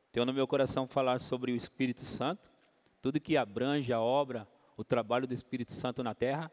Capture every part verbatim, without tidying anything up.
Tenho no meu coração falar sobre o Espírito Santo, tudo que abrange a obra, o trabalho do Espírito Santo na terra.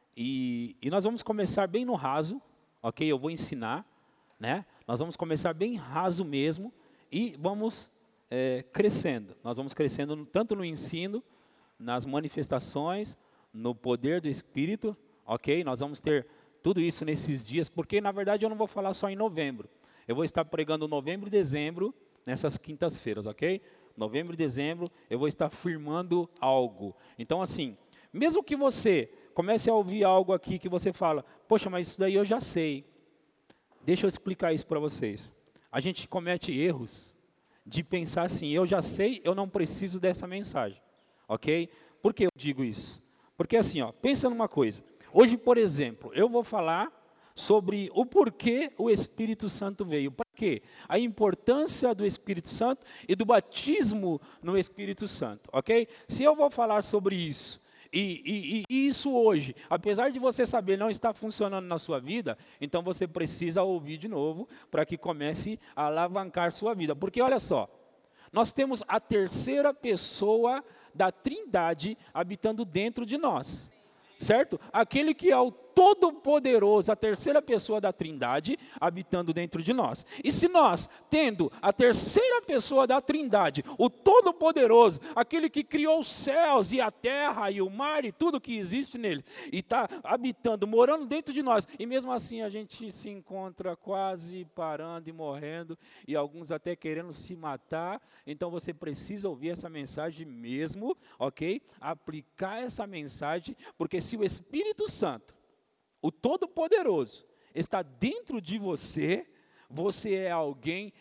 E, e nós vamos começar bem no raso, ok? Eu vou ensinar, né? Nós vamos começar bem raso mesmo e vamos é, crescendo. Nós vamos crescendo no, tanto no ensino, nas manifestações, no poder do Espírito, ok? Nós vamos ter tudo isso nesses dias, porque na verdade eu não vou falar só em novembro. Eu vou estar pregando novembro e dezembro, nessas quintas-feiras, ok? Novembro e dezembro eu vou estar firmando algo. Então assim, mesmo que você comece a ouvir algo aqui que você fala, poxa, mas isso daí eu já sei. Deixa eu explicar isso para vocês. A gente comete erros de pensar assim, eu já sei, eu não preciso dessa mensagem, ok? Por que eu digo isso? Porque assim, ó, pensa numa coisa. Hoje, por exemplo, eu vou falar sobre o porquê o Espírito Santo veio. Para quê? A importância do Espírito Santo e do batismo no Espírito Santo, ok? Se eu vou falar sobre isso, e, e, e isso hoje, apesar de você saber não está funcionando na sua vida, então você precisa ouvir de novo para que comece a alavancar sua vida. Porque olha só, nós temos a terceira pessoa da Trindade habitando dentro de nós. Certo? Aquele que é o Todo-Poderoso, a terceira pessoa da Trindade, habitando dentro de nós. E se nós, tendo a terceira pessoa da Trindade, o Todo-Poderoso, aquele que criou os céus e a terra e o mar e tudo que existe nele, e está habitando, morando dentro de nós, e mesmo assim a gente se encontra quase parando e morrendo, e alguns até querendo se matar, então você precisa ouvir essa mensagem mesmo, ok? Aplicar essa mensagem, porque se o Espírito Santo, o Todo-Poderoso, está dentro de você, você é alguém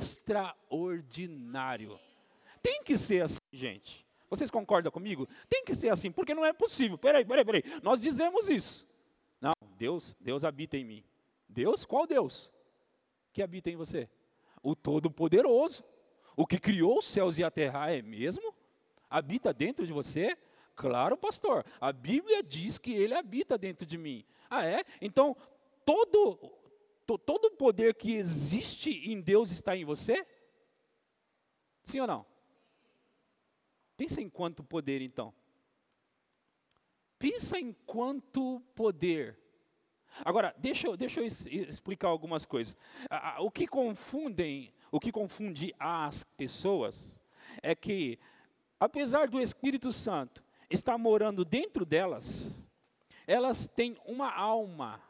extraordinário. Tem que ser assim, gente. Vocês concordam comigo? Tem que ser assim, porque não é possível. Peraí, peraí, peraí. Nós dizemos isso. Não, Deus, Deus habita em mim. Deus? Qual Deus? Que habita em você? O Todo-Poderoso. O que criou os céus e a terra é mesmo? Habita dentro de você? Claro, pastor, a Bíblia diz que ele habita dentro de mim. Ah, é? Então, todo, to, todo o poder que existe em Deus está em você? Sim ou não? Pensa em quanto poder, então. Pensa em quanto poder. Agora, deixa eu, deixa eu explicar algumas coisas. O que confundem, o que confunde as pessoas é que, apesar do Espírito Santo está morando dentro delas, elas têm uma alma,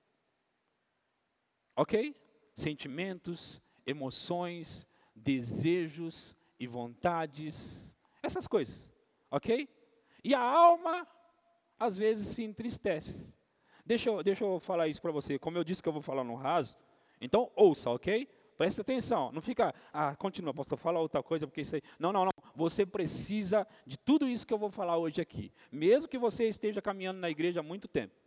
ok? Sentimentos, emoções, desejos e vontades, essas coisas, ok? E a alma, às vezes, se entristece. Deixa eu, deixa eu falar isso para você, como eu disse que eu vou falar no raso, então ouça, ok? Presta atenção, não fica, ah, continua, pastor, fala outra coisa, porque isso aí, não, não, não, você precisa de tudo isso que eu vou falar hoje aqui, mesmo que você esteja caminhando na igreja há muito tempo.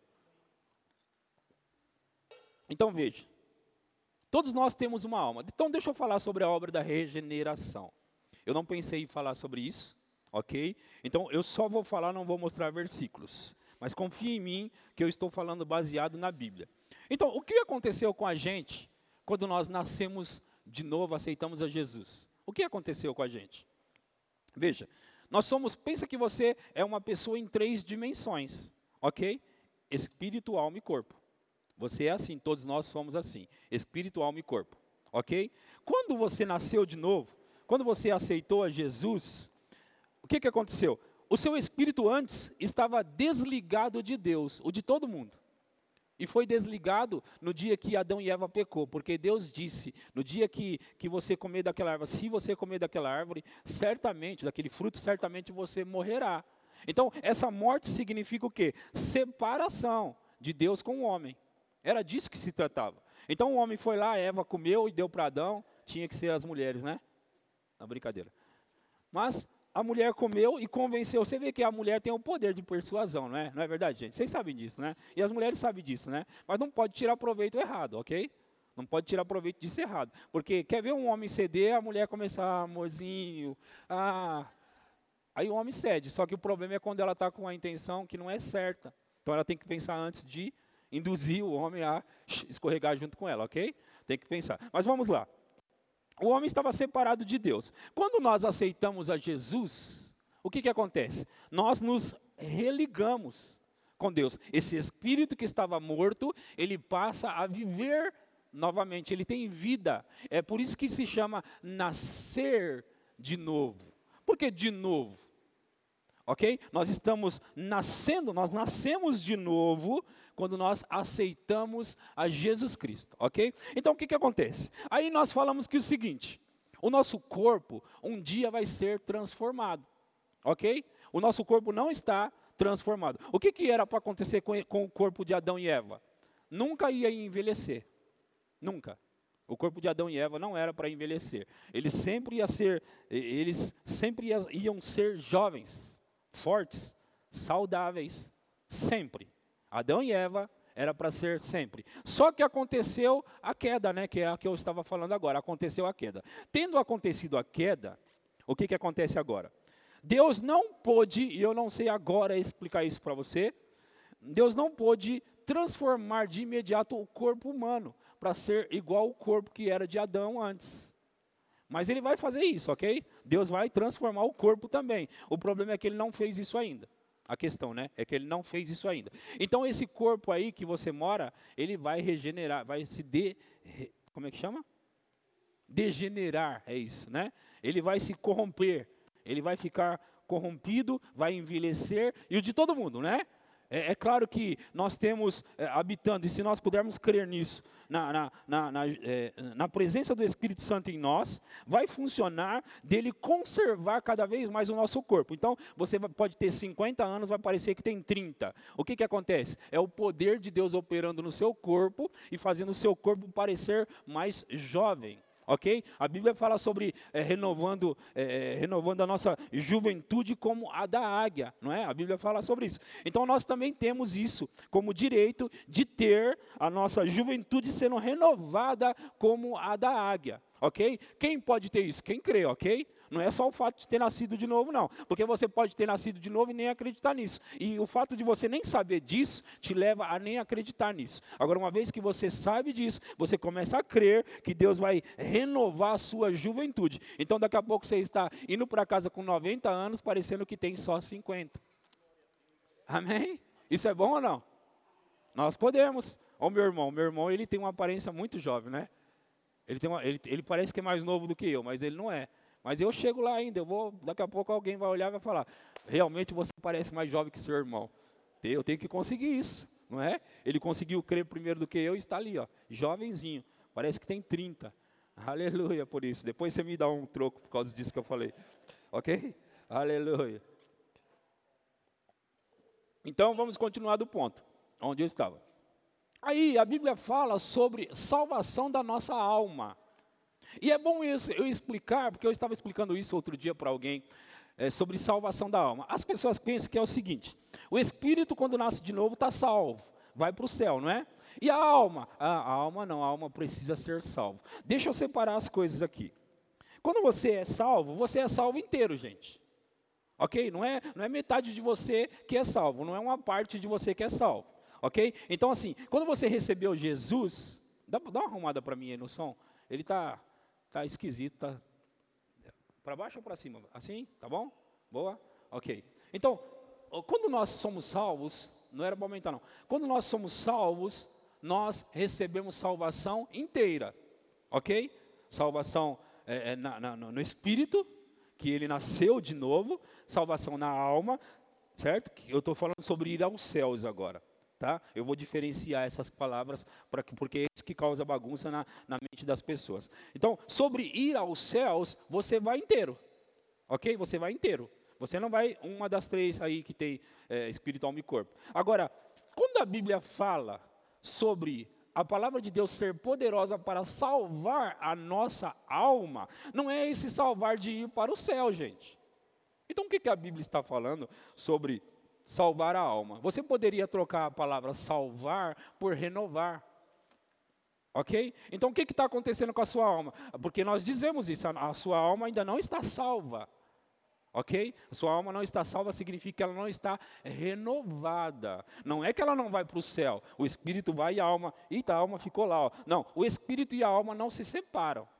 Então veja, todos nós temos uma alma, então deixa eu falar sobre a obra da regeneração. Eu não pensei em falar sobre isso, ok? Então eu só vou falar, não vou mostrar versículos, mas confie em mim que eu estou falando baseado na Bíblia. Então, o que aconteceu com a gente quando nós nascemos de novo, aceitamos a Jesus? O que aconteceu com a gente? Veja, nós somos, pensa que você é uma pessoa em três dimensões, ok? Espírito, alma e corpo. Você é assim, todos nós somos assim, espírito, alma e corpo, ok? Quando você nasceu de novo, quando você aceitou a Jesus, o que, que aconteceu? O seu espírito antes estava desligado de Deus, o de todo mundo. E foi desligado no dia que Adão e Eva pecou, porque Deus disse, no dia que, que você comer daquela árvore, se você comer daquela árvore, certamente, daquele fruto, certamente você morrerá. Então, essa morte significa o quê? Separação de Deus com o homem. Era disso que se tratava. Então, o homem foi lá, Eva comeu e deu para Adão, tinha que ser as mulheres, né? Não, brincadeira. Mas a mulher comeu e convenceu. Você vê que a mulher tem o poder de persuasão, não é? Não é verdade, gente? Vocês sabem disso, né? E as mulheres sabem disso, né? Mas não pode tirar proveito errado, ok? Não pode tirar proveito disso errado. Porque quer ver um homem ceder, a mulher começar, amorzinho, ah... Aí o homem cede, só que o problema é quando ela está com a intenção que não é certa. Então ela tem que pensar antes de induzir o homem a escorregar junto com ela, ok? Tem que pensar. Mas vamos lá. O homem estava separado de Deus. Quando nós aceitamos a Jesus, o que que acontece? Nós nos religamos com Deus. Esse espírito que estava morto, ele passa a viver novamente, ele tem vida. É por isso que se chama nascer de novo. Por que de novo? Ok? Nós estamos nascendo, nós nascemos de novo quando nós aceitamos a Jesus Cristo, ok? Então o que que acontece? Aí nós falamos que o seguinte, o nosso corpo um dia vai ser transformado, ok? O nosso corpo não está transformado. O que que era para acontecer com, com o corpo de Adão e Eva? Nunca ia envelhecer, nunca. O corpo de Adão e Eva não era para envelhecer. Eles sempre, ia ser, eles sempre ia, iam ser jovens, fortes, saudáveis, sempre. Adão e Eva era para ser sempre. Só que aconteceu a queda, né, que é a que eu estava falando agora, aconteceu a queda. Tendo acontecido a queda, o que que acontece agora? Deus não pôde, e eu não sei agora explicar isso para você, Deus não pôde transformar de imediato o corpo humano para ser igual ao corpo que era de Adão antes. Mas ele vai fazer isso, ok? Deus vai transformar o corpo também. O problema é que ele não fez isso ainda. A questão, né? É que ele não fez isso ainda. Então esse corpo aí que você mora, ele vai regenerar, vai se de... Como é que chama? Degenerar, é isso, né? Ele vai se corromper. Ele vai ficar corrompido, vai envelhecer. E o de todo mundo, né? É, é claro que nós temos é, habitando, e se nós pudermos crer nisso, na, na, na, na, é, na presença do Espírito Santo em nós, vai funcionar dele conservar cada vez mais o nosso corpo. Então, você vai, pode ter cinquenta anos, vai parecer que tem trinta. O que que acontece? É o poder de Deus operando no seu corpo e fazendo o seu corpo parecer mais jovem. Ok? A Bíblia fala sobre é, renovando, é, renovando a nossa juventude como a da águia, não é? A Bíblia fala sobre isso. Então nós também temos isso como direito de ter a nossa juventude sendo renovada como a da águia, ok? Quem pode ter isso? Quem crê, ok? Não é só o fato de ter nascido de novo, não. Porque você pode ter nascido de novo e nem acreditar nisso. E o fato de você nem saber disso, te leva a nem acreditar nisso. Agora, uma vez que você sabe disso, você começa a crer que Deus vai renovar a sua juventude. Então, daqui a pouco você está indo para casa com noventa anos, parecendo que tem só cinquenta. Amém? Isso é bom ou não? Nós podemos. Ó, meu irmão, meu irmão, ele tem uma aparência muito jovem, né? Ele, tem uma, ele, ele parece que é mais novo do que eu, mas ele não é. Mas eu chego lá ainda, eu vou, daqui a pouco alguém vai olhar e vai falar, realmente você parece mais jovem que seu irmão. Eu tenho que conseguir isso, não é? Ele conseguiu crer primeiro do que eu e está ali, ó, jovenzinho, parece que tem trinta. Aleluia por isso. Depois você me dá um troco por causa disso que eu falei. Ok? Aleluia. Então vamos continuar do ponto, onde eu estava. Aí a Bíblia fala sobre salvação da nossa alma. E é bom isso, eu explicar, porque eu estava explicando isso outro dia para alguém, é, sobre salvação da alma. As pessoas pensam que é o seguinte, o espírito quando nasce de novo está salvo, vai para o céu, não é? E a alma? Ah, a alma não, a alma precisa ser salva. Deixa eu separar as coisas aqui. Quando você é salvo, você é salvo inteiro, gente. Ok? Não é, não é metade de você que é salvo, não é uma parte de você que é salvo. Ok? Então assim, quando você recebeu Jesus, dá, dá uma arrumada para mim aí no som, ele está... Tá esquisito, tá? Para baixo ou para cima? Assim? Tá bom? Boa? Ok. Então, quando nós somos salvos, não era para aumentar não. Quando nós somos salvos, nós recebemos salvação inteira. Ok? Salvação é, é, na, na, no espírito, que ele nasceu de novo. Salvação na alma, certo? Eu estou falando sobre ir aos céus agora. Tá? Eu vou diferenciar essas palavras, pra, porque é isso que causa bagunça na, na mente das pessoas. Então, sobre ir aos céus, você vai inteiro, ok? Você vai inteiro. Você não vai uma das três aí que tem é, espírito, alma e corpo. Agora, quando a Bíblia fala sobre a palavra de Deus ser poderosa para salvar a nossa alma, não é esse salvar de ir para o céu, gente. Então, o que, que a Bíblia está falando sobre salvar a alma? Você poderia trocar a palavra salvar por renovar. Ok? Então o que está acontecendo com a sua alma? Porque nós dizemos isso, a, a sua alma ainda não está salva. Ok? A sua alma não está salva significa que ela não está renovada. Não é que ela não vai para o céu. O espírito vai e a alma, eita, a alma ficou lá. Ó. Não, o espírito e a alma não se separam.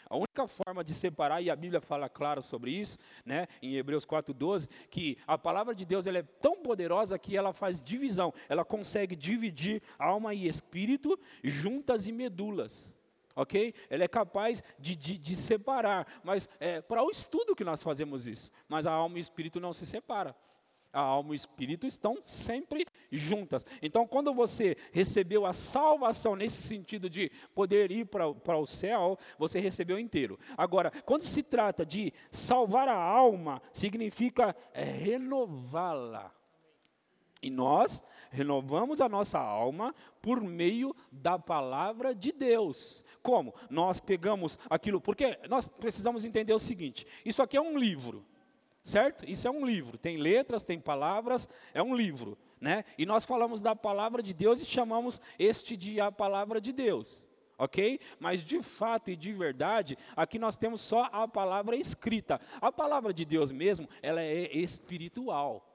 A única forma de separar, e a Bíblia fala claro sobre isso, né, em Hebreus quatro, doze, que a palavra de Deus ela é tão poderosa que ela faz divisão, ela consegue dividir alma e espírito, juntas e medulas, ok? Ela é capaz de, de, de separar, mas é para o estudo que nós fazemos isso, mas a alma e o espírito não se separam. A alma e o espírito estão sempre juntas. Então, quando você recebeu a salvação nesse sentido de poder ir para, para o céu, você recebeu inteiro. Agora, quando se trata de salvar a alma, significa é, renová-la. E nós renovamos a nossa alma por meio da palavra de Deus. Como? Nós pegamos aquilo, porque nós precisamos entender o seguinte, isso aqui é um livro. Certo? Isso é um livro, tem letras, tem palavras, é um livro, né? E nós falamos da palavra de Deus e chamamos este de a palavra de Deus, ok? Mas de fato e de verdade, aqui nós temos só a palavra escrita. A palavra de Deus mesmo, ela é espiritual,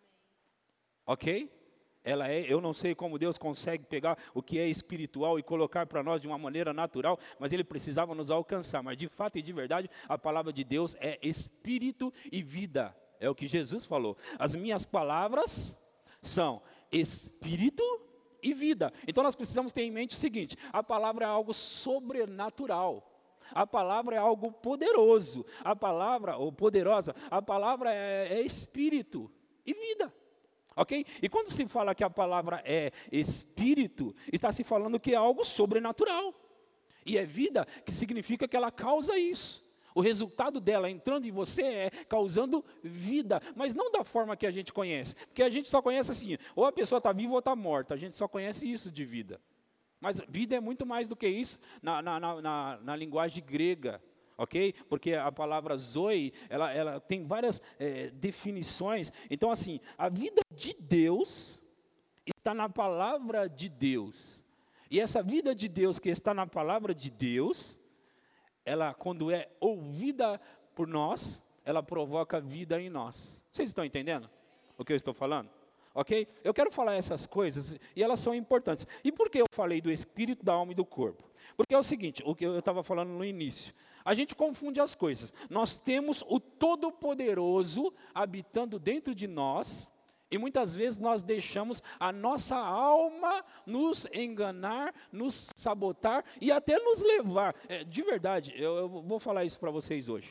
ok? Ela é, eu não sei como Deus consegue pegar o que é espiritual e colocar para nós de uma maneira natural, mas Ele precisava nos alcançar. Mas de fato e de verdade, a palavra de Deus é espírito e vida. É o que Jesus falou. As minhas palavras são espírito e vida. Então nós precisamos ter em mente o seguinte, a palavra é algo sobrenatural. A palavra é algo poderoso. A palavra, ou poderosa, a palavra é, é espírito e vida. Ok? E quando se fala que a palavra é espírito, está se falando que é algo sobrenatural. E é vida, que significa que ela causa isso. O resultado dela entrando em você é causando vida, mas não da forma que a gente conhece. Porque a gente só conhece assim, ou a pessoa está viva ou está morta, a gente só conhece isso de vida. Mas vida é muito mais do que isso na, na, na, na, na linguagem grega. Ok? Porque a palavra zoe, ela, ela tem várias é, definições. Então, assim, a vida de Deus está na palavra de Deus. E essa vida de Deus que está na palavra de Deus, ela, quando é ouvida por nós, ela provoca vida em nós. Vocês estão entendendo o que eu estou falando? Ok? Eu quero falar essas coisas e elas são importantes. E por que eu falei do espírito, da alma e do corpo? Porque é o seguinte, o que eu estava falando no início. A gente confunde as coisas. Nós temos o Todo-Poderoso habitando dentro de nós, e muitas vezes nós deixamos a nossa alma nos enganar, nos sabotar e até nos levar. É, de verdade, eu, eu vou falar isso para vocês hoje.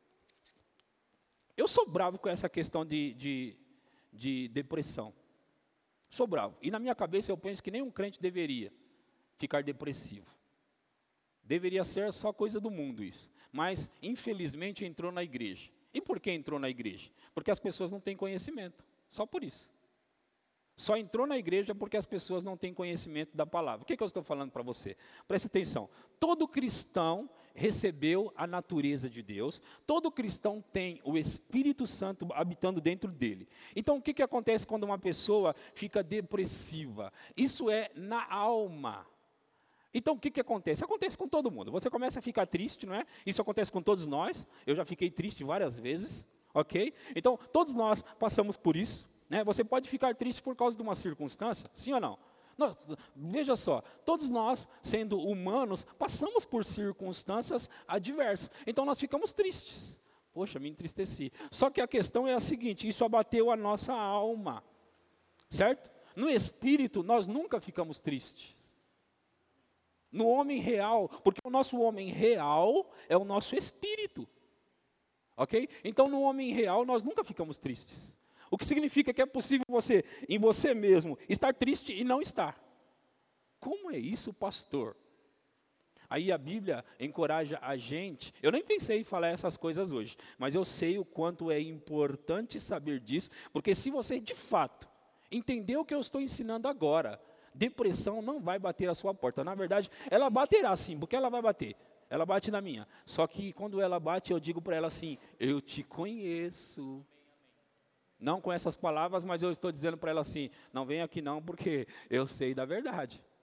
Eu sou bravo com essa questão de, de, de depressão. Sou bravo. E na minha cabeça eu penso que nenhum crente deveria ficar depressivo. Deveria ser só coisa do mundo isso. Mas, infelizmente, entrou na igreja. E por que entrou na igreja? Porque as pessoas não têm conhecimento. Só por isso. Só entrou na igreja porque as pessoas não têm conhecimento da palavra. O que, que eu estou falando para você? Preste atenção. Todo cristão recebeu a natureza de Deus. Todo cristão tem o Espírito Santo habitando dentro dele. Então, o que, que acontece quando uma pessoa fica depressiva? Isso é na alma. Então, o que, que acontece? Acontece com todo mundo. Você começa a ficar triste, não é? Isso acontece com todos nós. Eu já fiquei triste várias vezes, ok? Então, todos nós passamos por isso, né? Você pode ficar triste por causa de uma circunstância, sim ou não? Nós, veja só, todos nós, sendo humanos, passamos por circunstâncias adversas. Então, nós ficamos tristes. Poxa, me entristeci. Só que a questão é a seguinte, isso abateu a nossa alma, certo? No espírito, nós nunca ficamos tristes. No homem real, porque o nosso homem real é o nosso espírito, ok? Então, no homem real, nós nunca ficamos tristes. O que significa que é possível você, em você mesmo, estar triste e não estar. Como é isso, pastor? Aí a Bíblia encoraja a gente, eu nem pensei em falar essas coisas hoje, mas eu sei o quanto é importante saber disso, porque se você, de fato, entender o que eu estou ensinando agora, depressão não vai bater a sua porta. Na verdade, ela baterá sim, porque ela vai bater. Ela bate na minha. Só que quando ela bate, eu digo para ela assim, eu te conheço. Não com essas palavras, mas eu estou dizendo para ela assim, não vem aqui não, porque eu sei da verdade.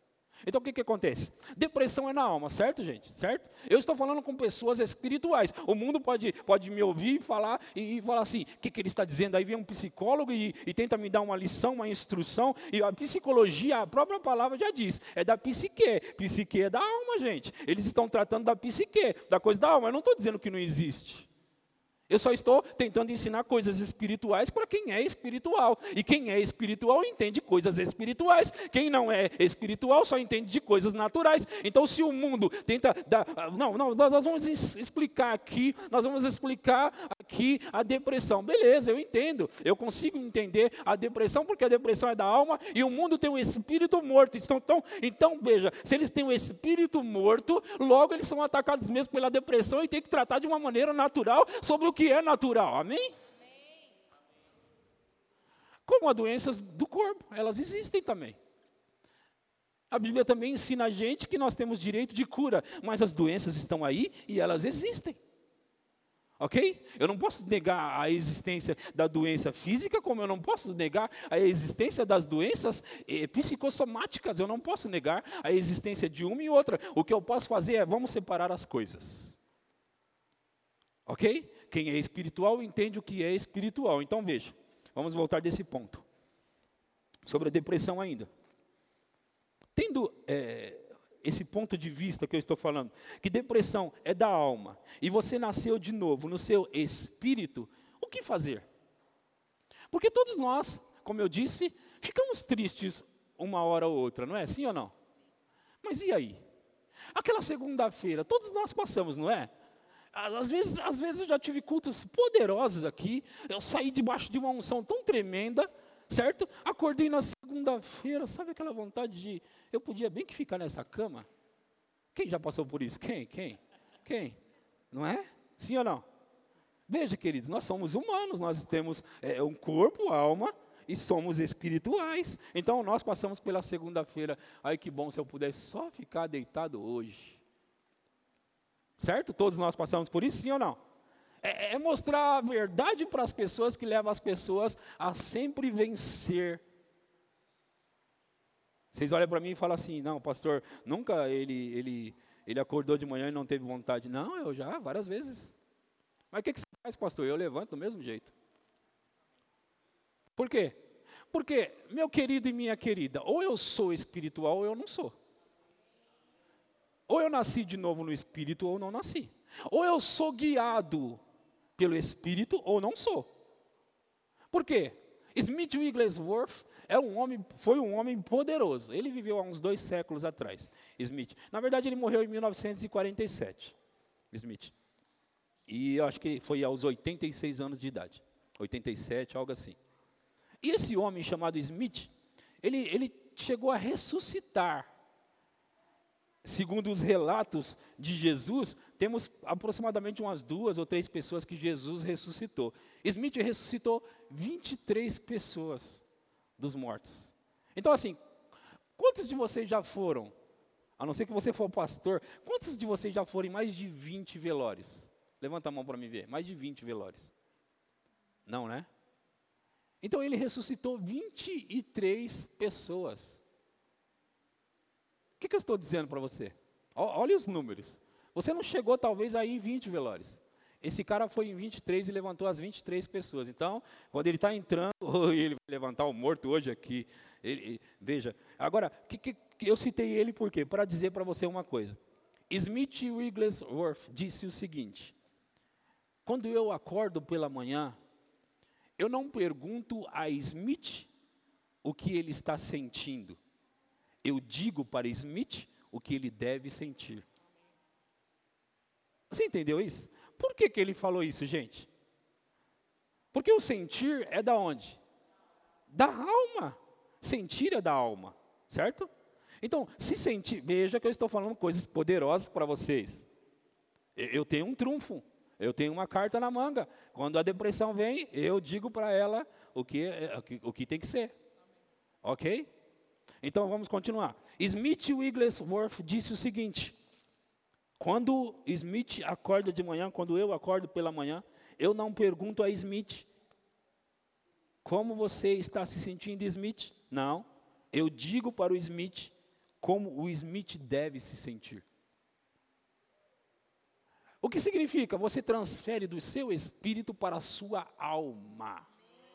Então o que, que acontece? Depressão é na alma, certo, gente? Certo? Eu estou falando com pessoas espirituais. O mundo pode, pode me ouvir e falar, e, e falar assim, o que, que ele está dizendo? Aí vem um psicólogo e, e tenta me dar uma lição, uma instrução. E a psicologia, a própria palavra já diz, é da psique. Psique é da alma, gente. Eles estão tratando da psique, da coisa da alma. Eu não estou dizendo que não existe. Eu só estou tentando ensinar coisas espirituais para quem é espiritual. E quem é espiritual entende coisas espirituais. Quem não é espiritual só entende de coisas naturais. Então, se o mundo tenta dar... Não, não, nós vamos explicar aqui, nós vamos explicar aqui a depressão. Beleza, eu entendo. Eu consigo entender a depressão, porque a depressão é da alma e o mundo tem um espírito morto. Então, então, então veja, se eles têm um espírito morto, logo eles são atacados mesmo pela depressão e tem que tratar de uma maneira natural sobre o que é natural, amém? Amém? Como as doenças do corpo, elas existem também. A Bíblia também ensina a gente que nós temos direito de cura, mas as doenças estão aí e elas existem. Ok? Eu não posso negar a existência da doença física, como eu não posso negar a existência das doenças eh, psicossomáticas, eu não posso negar a existência de uma e outra. O que eu posso fazer é, vamos separar as coisas. Ok? Quem é espiritual entende o que é espiritual. Então veja, vamos voltar desse ponto. Sobre a depressão ainda. Tendo é, esse ponto de vista que eu estou falando, que depressão é da alma, e você nasceu de novo no seu espírito, o que fazer? Porque todos nós, como eu disse, ficamos tristes uma hora ou outra, não é? Sim ou não? Mas e aí? Aquela segunda-feira, todos nós passamos, não é? Às vezes, às vezes eu já tive cultos poderosos aqui, eu saí debaixo de uma unção tão tremenda, certo? Acordei na segunda-feira, sabe aquela vontade de, eu podia bem que ficar nessa cama? Quem já passou por isso? Quem? Quem? Quem? Não é? Sim ou não? Veja, queridos, nós somos humanos, nós temos é, um corpo, alma, e somos espirituais. Então nós passamos pela segunda-feira, ai que bom se eu pudesse só ficar deitado hoje. Certo? Todos nós passamos por isso, sim ou não? É, é mostrar a verdade para as pessoas que leva as pessoas a sempre vencer. Vocês olham para mim e falam assim, não, pastor, nunca ele, ele, ele acordou de manhã e não teve vontade. Não, eu já, várias vezes. Mas o que, que você faz, pastor? Eu levanto do mesmo jeito. Por quê? Porque, meu querido e minha querida, ou eu sou espiritual ou eu não sou. Ou eu nasci de novo no Espírito ou não nasci. Ou eu sou guiado pelo Espírito ou não sou. Por quê? Smith Wigglesworth é um homem, foi um homem poderoso. Ele viveu há uns dois séculos atrás, Smith. Na verdade, ele morreu em mil novecentos e quarenta e sete, Smith. E eu acho que foi aos oitenta e seis anos de idade. oitenta e sete, algo assim. E esse homem chamado Smith, ele, ele chegou a ressuscitar. Segundo os relatos de Jesus, temos aproximadamente umas duas ou três pessoas que Jesus ressuscitou. Smith ressuscitou vinte e três pessoas dos mortos. Então assim, quantos de vocês já foram, a não ser que você for pastor, quantos de vocês já foram em mais de vinte velórios? Levanta a mão para me ver, mais de vinte velórios. Não, né? Então ele ressuscitou vinte e três pessoas. O que, que eu estou dizendo para você? Olha os números. Você não chegou talvez aí em vinte velórios. Esse cara foi em vinte e três e levantou as vinte e três pessoas. Então, quando ele está entrando, ele vai levantar o morto hoje aqui. Ele, veja, agora, que, que, eu citei ele por quê? Para dizer para você uma coisa. Smith Wigglesworth disse o seguinte: quando eu acordo pela manhã, eu não pergunto a Smith o que ele está sentindo. Eu digo para Smith o que ele deve sentir. Você entendeu isso? Por que, que ele falou isso, gente? Porque o sentir é da onde? Da alma. Sentir é da alma, certo? Então, se sentir, veja que eu estou falando coisas poderosas para vocês. Eu tenho um trunfo, eu tenho uma carta na manga. Quando a depressão vem, eu digo para ela o que, o que tem que ser. Ok? Então, vamos continuar. Smith Wigglesworth disse o seguinte: quando Smith acorda de manhã, quando eu acordo pela manhã, eu não pergunto a Smith, como você está se sentindo, Smith? Não, eu digo para o Smith como o Smith deve se sentir. O que significa? Você transfere do seu espírito para a sua alma.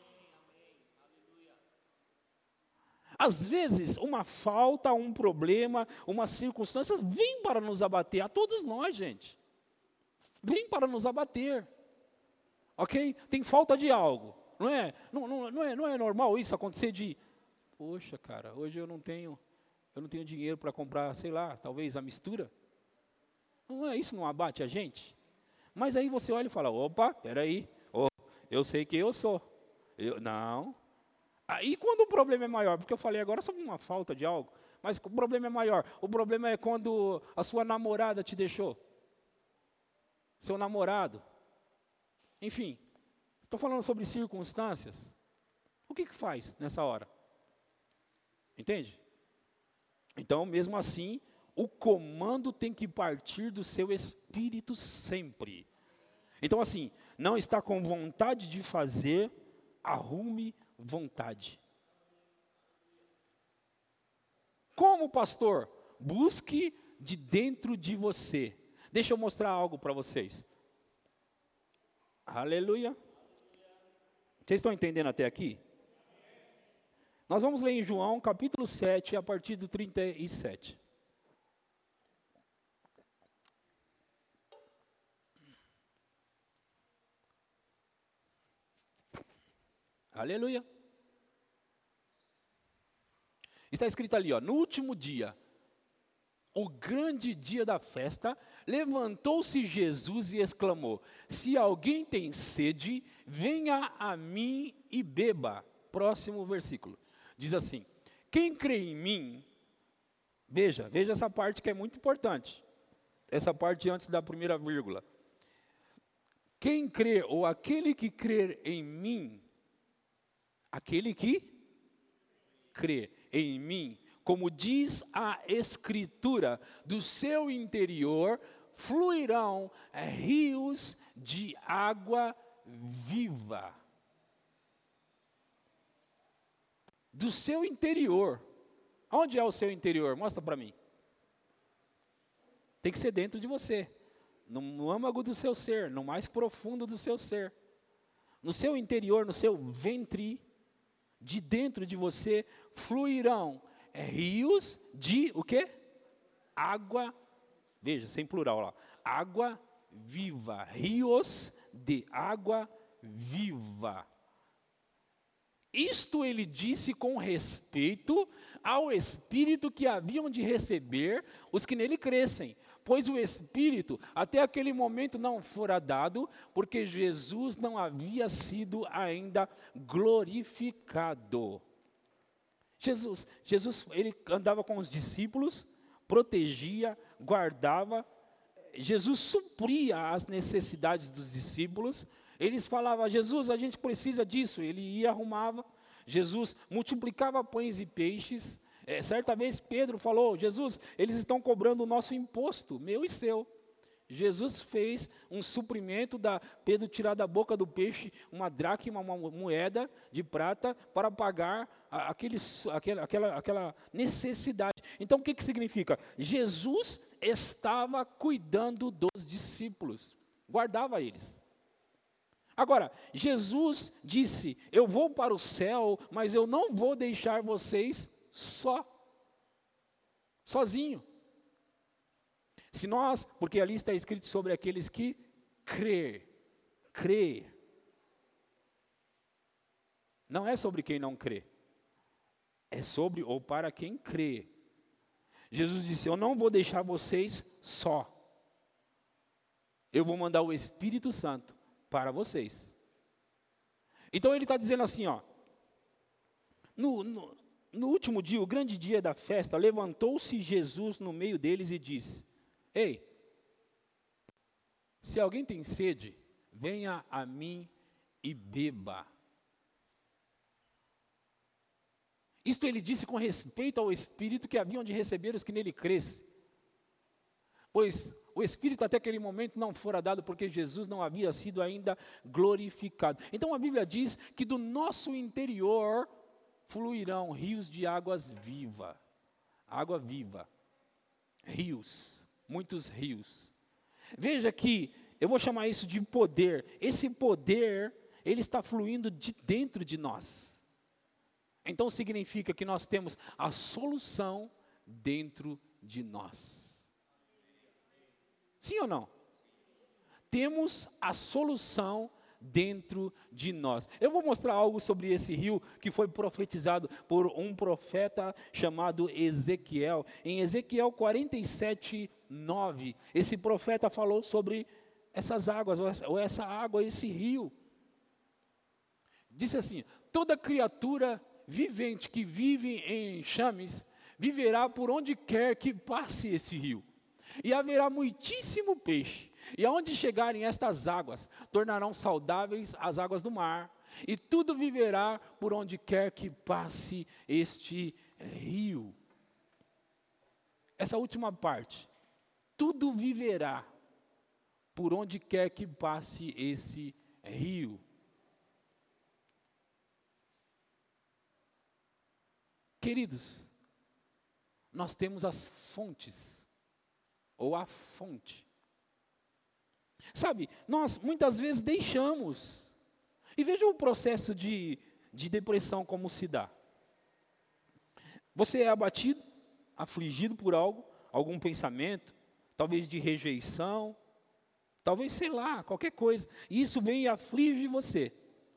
Às vezes, uma falta, um problema, uma circunstância vem para nos abater, a todos nós, gente. Vem para nos abater. Ok? Tem falta de algo, não é? Não, não, não é, não é normal isso acontecer de, poxa, cara, hoje eu não tenho, eu não tenho dinheiro para comprar, sei lá, talvez a mistura. Não é isso, não abate a gente? Mas aí você olha e fala, opa, peraí, oh, eu sei quem eu sou. Eu, não. Aí quando o problema é maior, porque eu falei agora sobre uma falta de algo, mas o problema é maior. O problema é quando a sua namorada te deixou. Seu namorado. Enfim, estou falando sobre circunstâncias. O que que faz nessa hora? Entende? Então, mesmo assim, o comando tem que partir do seu espírito sempre. Então, assim, não está com vontade de fazer, arrume vontade. Como pastor? Busque de dentro de você. Deixa eu mostrar algo para vocês. Aleluia. Vocês estão entendendo até aqui? Nós vamos ler em João capítulo sete, a partir do trinta e sete. Aleluia. Está escrito ali, ó, no último dia, o grande dia da festa, levantou-se Jesus e exclamou, se alguém tem sede, venha a mim e beba. Próximo versículo. Diz assim, quem crê em mim, veja, veja essa parte que é muito importante. Essa parte antes da primeira vírgula. Quem crê, ou aquele que crer em mim, aquele que crê em mim, como diz a Escritura, do seu interior fluirão rios de água viva. Do seu interior. Onde é o seu interior? Mostra para mim. Tem que ser dentro de você. No, no âmago do seu ser, no mais profundo do seu ser. No seu interior, no seu ventre, de dentro de você, fluirão é, rios de, o quê? Água, veja, sem plural lá. Água viva, rios de água viva. Isto ele disse com respeito ao Espírito que haviam de receber os que nele crescem. Pois o Espírito até aquele momento não fora dado, porque Jesus não havia sido ainda glorificado. Jesus, Jesus, ele andava com os discípulos, protegia, guardava. Jesus supria as necessidades dos discípulos. Eles falavam, Jesus, a gente precisa disso. Ele ia, arrumava. Jesus multiplicava pães e peixes. É, certa vez Pedro falou, Jesus, eles estão cobrando o nosso imposto, meu e seu. Jesus fez um suprimento, da Pedro tirar da boca do peixe uma dracma, uma moeda de prata, para pagar a, aquele, aquela, aquela, aquela necessidade. Então o que, que significa? Jesus estava cuidando dos discípulos, guardava eles. Agora, Jesus disse, eu vou para o céu, mas eu não vou deixar vocês só, sozinho. Se nós, porque ali está escrito sobre aqueles que crê, crê. Não é sobre quem não crê, é sobre ou para quem crê. Jesus disse, eu não vou deixar vocês só. Eu vou mandar o Espírito Santo para vocês. Então ele está dizendo assim, ó, no, no, no último dia, o grande dia da festa, levantou-se Jesus no meio deles e disse, ei, se alguém tem sede, venha a mim e beba. Isto ele disse com respeito ao Espírito que haviam de receber os que nele crescem. Pois o Espírito até aquele momento não fora dado porque Jesus não havia sido ainda glorificado. Então a Bíblia diz que do nosso interior fluirão rios de águas vivas. água viva, rios, muitos rios. Veja que eu vou chamar isso de poder. Esse poder, ele está fluindo de dentro de nós. Então significa que nós temos a solução dentro de nós. Sim ou não? Temos a solução dentro de nós. Eu vou mostrar algo sobre esse rio que foi profetizado por um profeta chamado Ezequiel. Em Ezequiel quarenta e sete, nove, esse profeta falou sobre essas águas, ou essa, ou essa água, esse rio. Disse assim: toda criatura vivente que vive em enxames viverá por onde quer que passe esse rio. E haverá muitíssimo peixe. E aonde chegarem estas águas, tornarão saudáveis as águas do mar, e tudo viverá por onde quer que passe este rio. Essa última parte, tudo viverá por onde quer que passe esse rio. Queridos, nós temos as fontes, ou a fonte. Sabe, nós muitas vezes deixamos, e veja o processo de, de depressão como se dá. Você é abatido, afligido por algo, algum pensamento, talvez de rejeição, talvez, sei lá, qualquer coisa, e isso vem e aflige você.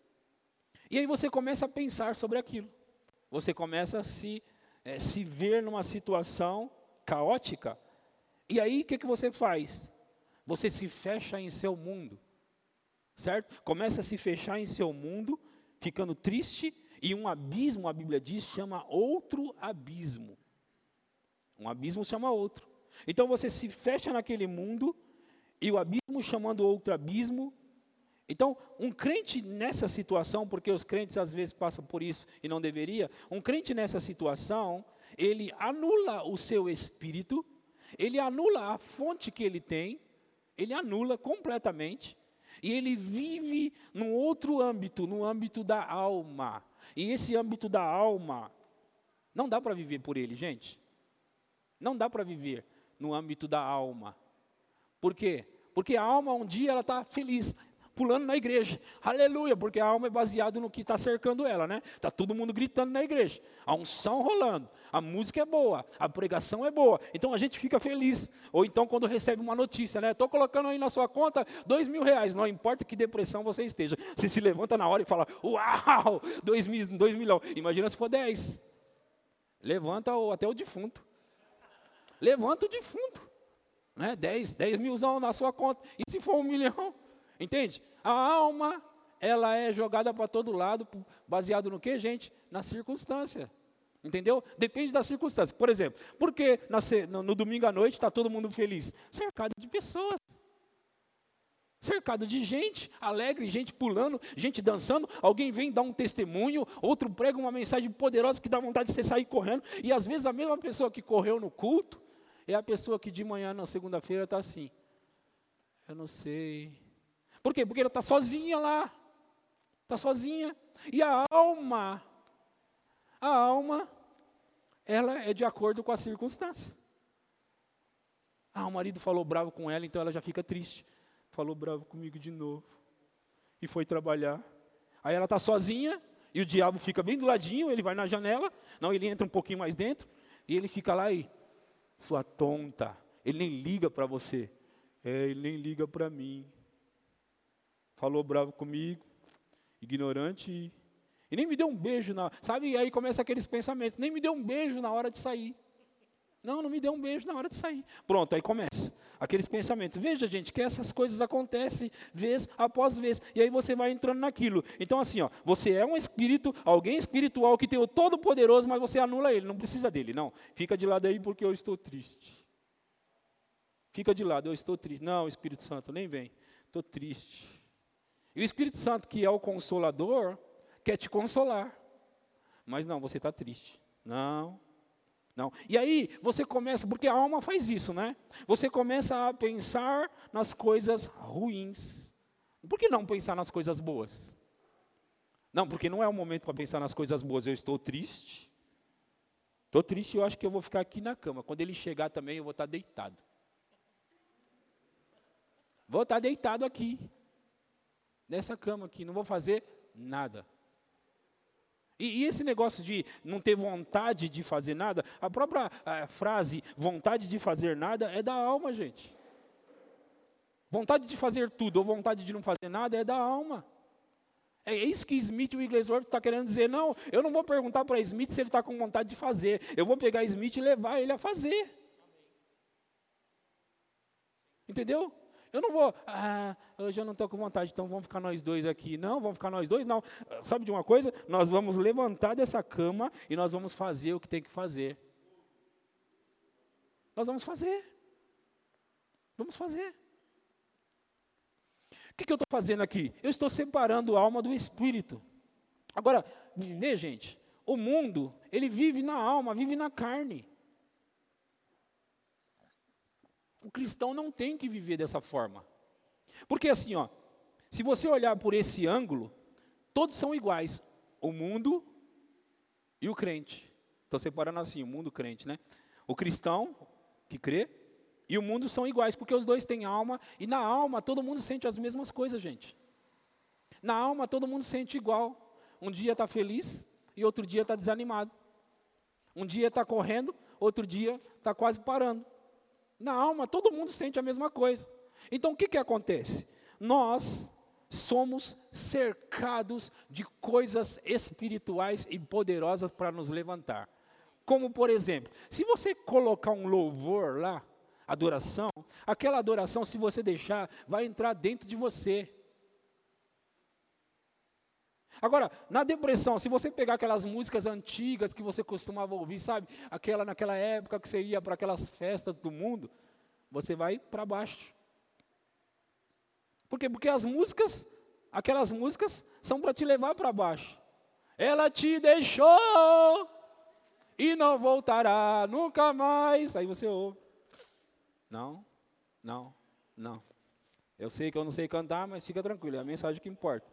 E aí você começa a pensar sobre aquilo, você começa a se, é, se ver numa situação caótica, e aí o que, que você faz? Você se fecha em seu mundo, certo? Começa a se fechar em seu mundo, ficando triste, e um abismo, a Bíblia diz, chama outro abismo. Um abismo chama outro. Então você se fecha naquele mundo, e o abismo chamando outro abismo. Então, um crente nessa situação, porque os crentes às vezes passam por isso e não deveria, um crente nessa situação, ele anula o seu espírito, ele anula a fonte que ele tem, ele anula completamente, e ele vive num outro âmbito, no âmbito da alma. E esse âmbito da alma, não dá para viver por ele, gente. Não dá para viver no âmbito da alma. Por quê? Porque a alma um dia ela está feliz, pulando na igreja, aleluia, porque a alma é baseada no que está cercando ela, né? Está todo mundo gritando na igreja, a unção rolando, a música é boa, a pregação é boa, então a gente fica feliz. Ou então quando recebe uma notícia, né? Estou colocando aí na sua conta dois mil reais, não importa que depressão você esteja, você se levanta na hora e fala, uau, dois, mil, dois milhões, imagina se for dez, levanta o, até o defunto, levanta o defunto, né? dez, dez milzão na sua conta, e se for um milhão? Entende? A alma, ela é jogada para todo lado, baseado no que, gente? Na circunstância. Entendeu? Depende da circunstância. Por exemplo, por que no, no domingo à noite está todo mundo feliz? Cercado de pessoas. Cercado de gente alegre, gente pulando, gente dançando. Alguém vem dar um testemunho, outro prega uma mensagem poderosa que dá vontade de você sair correndo. E às vezes a mesma pessoa que correu no culto é a pessoa que de manhã, na segunda-feira, está assim. Eu não sei. Por quê? Porque ela está sozinha lá, está sozinha, e a alma, a alma, ela é de acordo com a circunstância. Ah, o marido falou bravo com ela, então ela já fica triste, falou bravo comigo de novo, e foi trabalhar, aí ela está sozinha, e o diabo fica bem do ladinho, ele vai na janela, não, ele entra um pouquinho mais dentro, e ele fica lá e, sua tonta, ele nem liga para você, é, ele nem liga para mim. Falou bravo comigo, ignorante, e, e nem me deu um beijo, na, sabe? E aí começa aqueles pensamentos, nem me deu um beijo na hora de sair. Não, não me deu um beijo na hora de sair. Pronto, aí começa aqueles pensamentos. Veja, gente, que essas coisas acontecem vez após vez, e aí você vai entrando naquilo. Então assim, ó, você é um espírito, alguém espiritual que tem o Todo-Poderoso, mas você anula ele, não precisa dele, não. Fica de lado aí porque eu estou triste. Fica de lado, eu estou triste. Não, Espírito Santo, nem vem, estou triste. E o Espírito Santo, que é o Consolador, quer te consolar. Mas não, você está triste. Não, não. E aí, você começa, porque a alma faz isso, né? Você começa a pensar nas coisas ruins. Por que não pensar nas coisas boas? Não, porque não é o momento para pensar nas coisas boas. Eu estou triste. Estou triste, eu acho que eu vou ficar aqui na cama. Quando ele chegar também, eu vou estar deitado. Vou estar deitado aqui, nessa cama aqui, não vou fazer nada. E, e esse negócio de não ter vontade de fazer nada, a própria a frase vontade de fazer nada é da alma, gente. Vontade de fazer tudo ou vontade de não fazer nada é da alma. É isso que Smith, o Wigglesworth, está querendo dizer. Não, eu não vou perguntar para Smith se ele está com vontade de fazer. Eu vou pegar Smith e levar ele a fazer. Entendeu? Eu não vou, ah, hoje eu não estou com vontade, então vamos ficar nós dois aqui. Não, vamos ficar nós dois, não. Sabe de uma coisa? Nós vamos levantar dessa cama e nós vamos fazer o que tem que fazer. Nós vamos fazer. Vamos fazer. O que, que eu estou fazendo aqui? Eu estou separando a alma do espírito. Agora, vê, gente, o mundo, ele vive na alma, vive na carne. O cristão não tem que viver dessa forma. Porque assim, ó, se você olhar por esse ângulo, todos são iguais. O mundo e o crente. Estou separando assim, o mundo e o crente, né? O cristão, que crê, e o mundo são iguais, porque os dois têm alma, e na alma todo mundo sente as mesmas coisas, gente. Na alma todo mundo sente igual. Um dia está feliz e outro dia está desanimado. Um dia está correndo, outro dia está quase parando. Na alma, todo mundo sente a mesma coisa. Então, o que, que acontece? Nós somos cercados de coisas espirituais e poderosas para nos levantar. Como, por exemplo, se você colocar um louvor lá, adoração, aquela adoração, se você deixar, vai entrar dentro de você. Agora, na depressão, se você pegar aquelas músicas antigas que você costumava ouvir, sabe? Aquela naquela época que você ia para aquelas festas do mundo, você vai para baixo. Por quê? Porque as músicas, aquelas músicas são para te levar para baixo. Ela te deixou e não voltará nunca mais. Aí você ouve. Não, não, não. Eu sei que eu não sei cantar, mas fica tranquilo, é a mensagem que importa.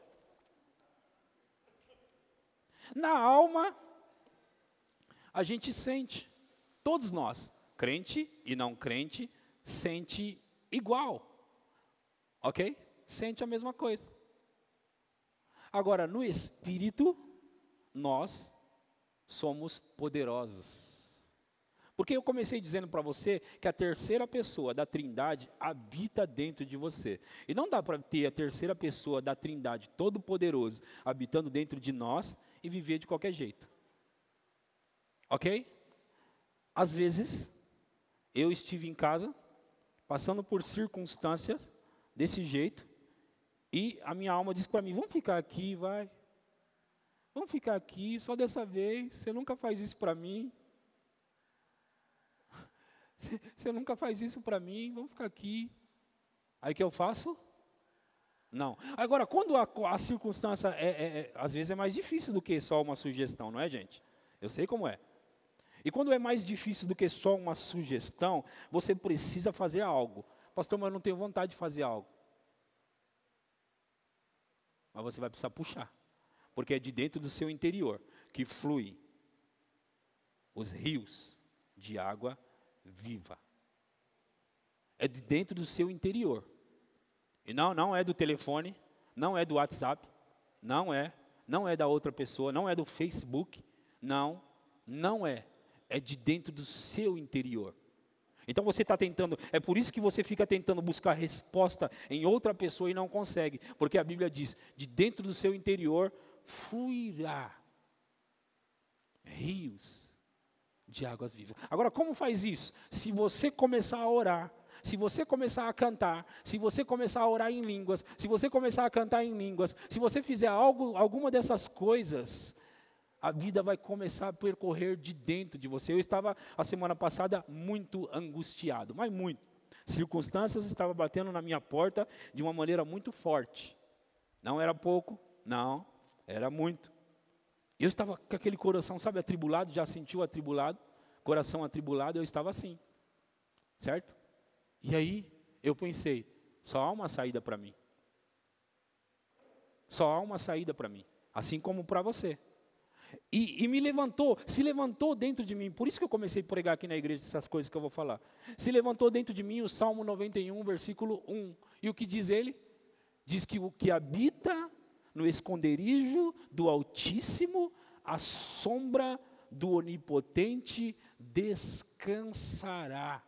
Na alma, a gente sente, todos nós, crente e não crente, sente igual, ok? Sente a mesma coisa. Agora, no espírito, nós somos poderosos. Porque eu comecei dizendo para você que a terceira pessoa da Trindade habita dentro de você. E não dá para ter a terceira pessoa da Trindade, Todo-Poderoso, habitando dentro de nós e viver de qualquer jeito. Ok? Às vezes, eu estive em casa, passando por circunstâncias desse jeito, e a minha alma disse para mim, vamos ficar aqui, vai. Vamos ficar aqui, só dessa vez, você nunca faz isso para mim. Você, você nunca faz isso para mim, vamos ficar aqui. Aí que eu faço? Não. Agora, quando a, a circunstância, é, é, é, às vezes é mais difícil do que só uma sugestão, não é, gente? Eu sei como é. E quando é mais difícil do que só uma sugestão, você precisa fazer algo. Pastor, mas eu não tenho vontade de fazer algo. Mas você vai precisar puxar. Porque é de dentro do seu interior que flui os rios de água viva. É de dentro do seu interior. E não, não é do telefone, não é do WhatsApp, não é, não é da outra pessoa, não é do Facebook, não, não é. É de dentro do seu interior. Então você está tentando, é por isso que você fica tentando buscar resposta em outra pessoa e não consegue. Porque a Bíblia diz, de dentro do seu interior fluirá rios de águas vivas. Agora, como faz isso? Se você começar a orar, se você começar a cantar, se você começar a orar em línguas, se você começar a cantar em línguas, se você fizer algo, alguma dessas coisas, a vida vai começar a percorrer de dentro de você. Eu estava, a semana passada, muito angustiado, mas muito. Circunstâncias estavam batendo na minha porta de uma maneira muito forte. Não era pouco, não, era muito. Eu estava com aquele coração, sabe, atribulado, já sentiu atribulado? Coração atribulado, eu estava assim, certo? E aí, eu pensei, só há uma saída para mim. Só há uma saída para mim, assim como para você. E, e me levantou, se levantou dentro de mim, por isso que eu comecei a pregar aqui na igreja essas coisas que eu vou falar. Se levantou dentro de mim o Salmo noventa e um, versículo um. E o que diz ele? Diz que o que habita no esconderijo do Altíssimo, a sombra do Onipotente descansará.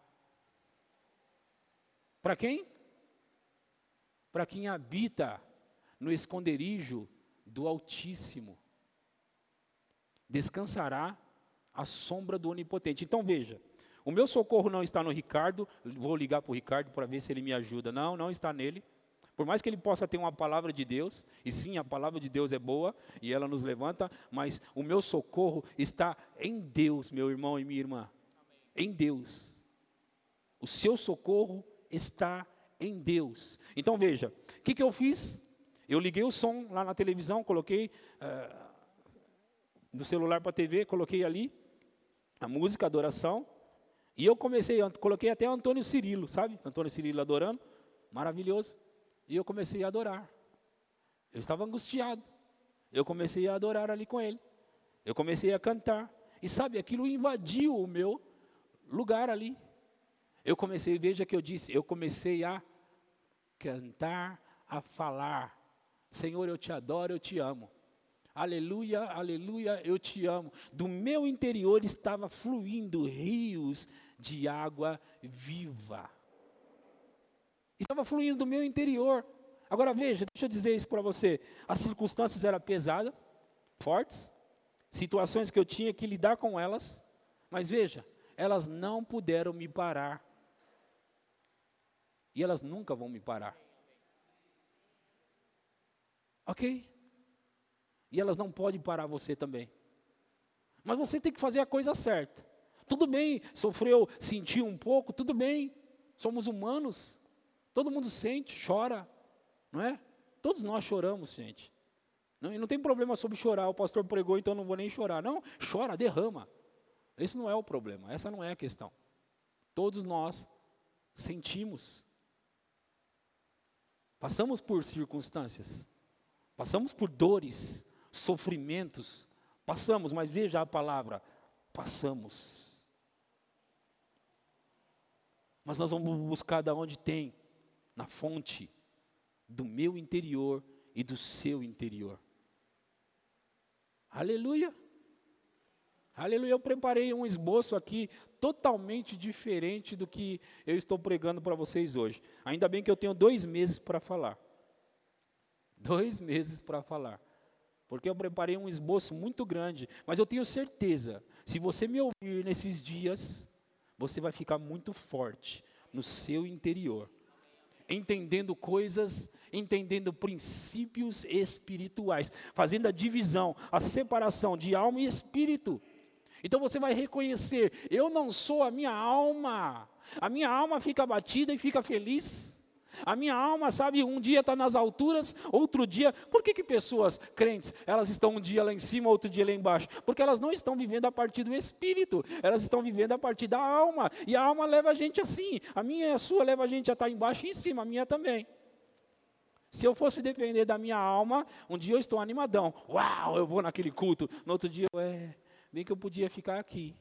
Para quem? Para quem habita no esconderijo do Altíssimo. Descansará a sombra do Onipotente. Então veja, o meu socorro não está no Ricardo, vou ligar para o Ricardo para ver se ele me ajuda. Não, não está nele. Por mais que ele possa ter uma palavra de Deus, e sim, a palavra de Deus é boa, e ela nos levanta, mas o meu socorro está em Deus, meu irmão e minha irmã. Em Deus. O seu socorro está em Deus. Então veja, o que, que eu fiz? Eu liguei o som lá na televisão, coloquei uh, do celular para a T V, coloquei ali a música, a adoração, e eu comecei, eu coloquei até Antônio Cirilo, sabe? Antônio Cirilo adorando, maravilhoso. E eu comecei a adorar. Eu estava angustiado. Eu comecei a adorar ali com ele. Eu comecei a cantar. E sabe, aquilo invadiu o meu lugar ali. Eu comecei, veja que eu disse, eu comecei a cantar, a falar. Senhor, eu te adoro, eu te amo. Aleluia, aleluia, eu te amo. Do meu interior estava fluindo rios de água viva. Estava fluindo do meu interior. Agora veja, deixa eu dizer isso para você. As circunstâncias eram pesadas, fortes, situações que eu tinha que lidar com elas, mas veja, elas não puderam me parar. E elas nunca vão me parar. Ok? E elas não podem parar você também. Mas você tem que fazer a coisa certa. Tudo bem, sofreu, sentiu um pouco, tudo bem. Somos humanos. Todo mundo sente, chora, não é? Todos nós choramos, gente. Não, e não tem problema sobre chorar, o pastor pregou, então não vou nem chorar. Não, chora, derrama. Esse não é o problema, essa não é a questão. Todos nós sentimos. Passamos por circunstâncias, passamos por dores, sofrimentos, passamos, mas veja a palavra, passamos. Mas nós vamos buscar da onde tem. Na fonte do meu interior e do seu interior. Aleluia. Aleluia. Eu preparei um esboço aqui totalmente diferente do que eu estou pregando para vocês hoje. Ainda bem que eu tenho dois meses para falar. Dois meses para falar. Porque eu preparei um esboço muito grande. Mas eu tenho certeza, se você me ouvir nesses dias, você vai ficar muito forte no seu interior. Entendendo coisas, entendendo princípios espirituais, fazendo a divisão, a separação de alma e espírito. Então você vai reconhecer, eu não sou a minha alma, a minha alma fica abatida e fica feliz. A minha alma, sabe, um dia está nas alturas, outro dia, por que que pessoas crentes, elas estão um dia lá em cima, outro dia lá embaixo? Porque elas não estão vivendo a partir do espírito, elas estão vivendo a partir da alma, e a alma leva a gente assim, a minha e a sua leva a gente a estar embaixo e em cima, a minha também. Se eu fosse depender da minha alma, um dia eu estou animadão, uau, eu vou naquele culto, no outro dia, é, bem que eu podia ficar aqui,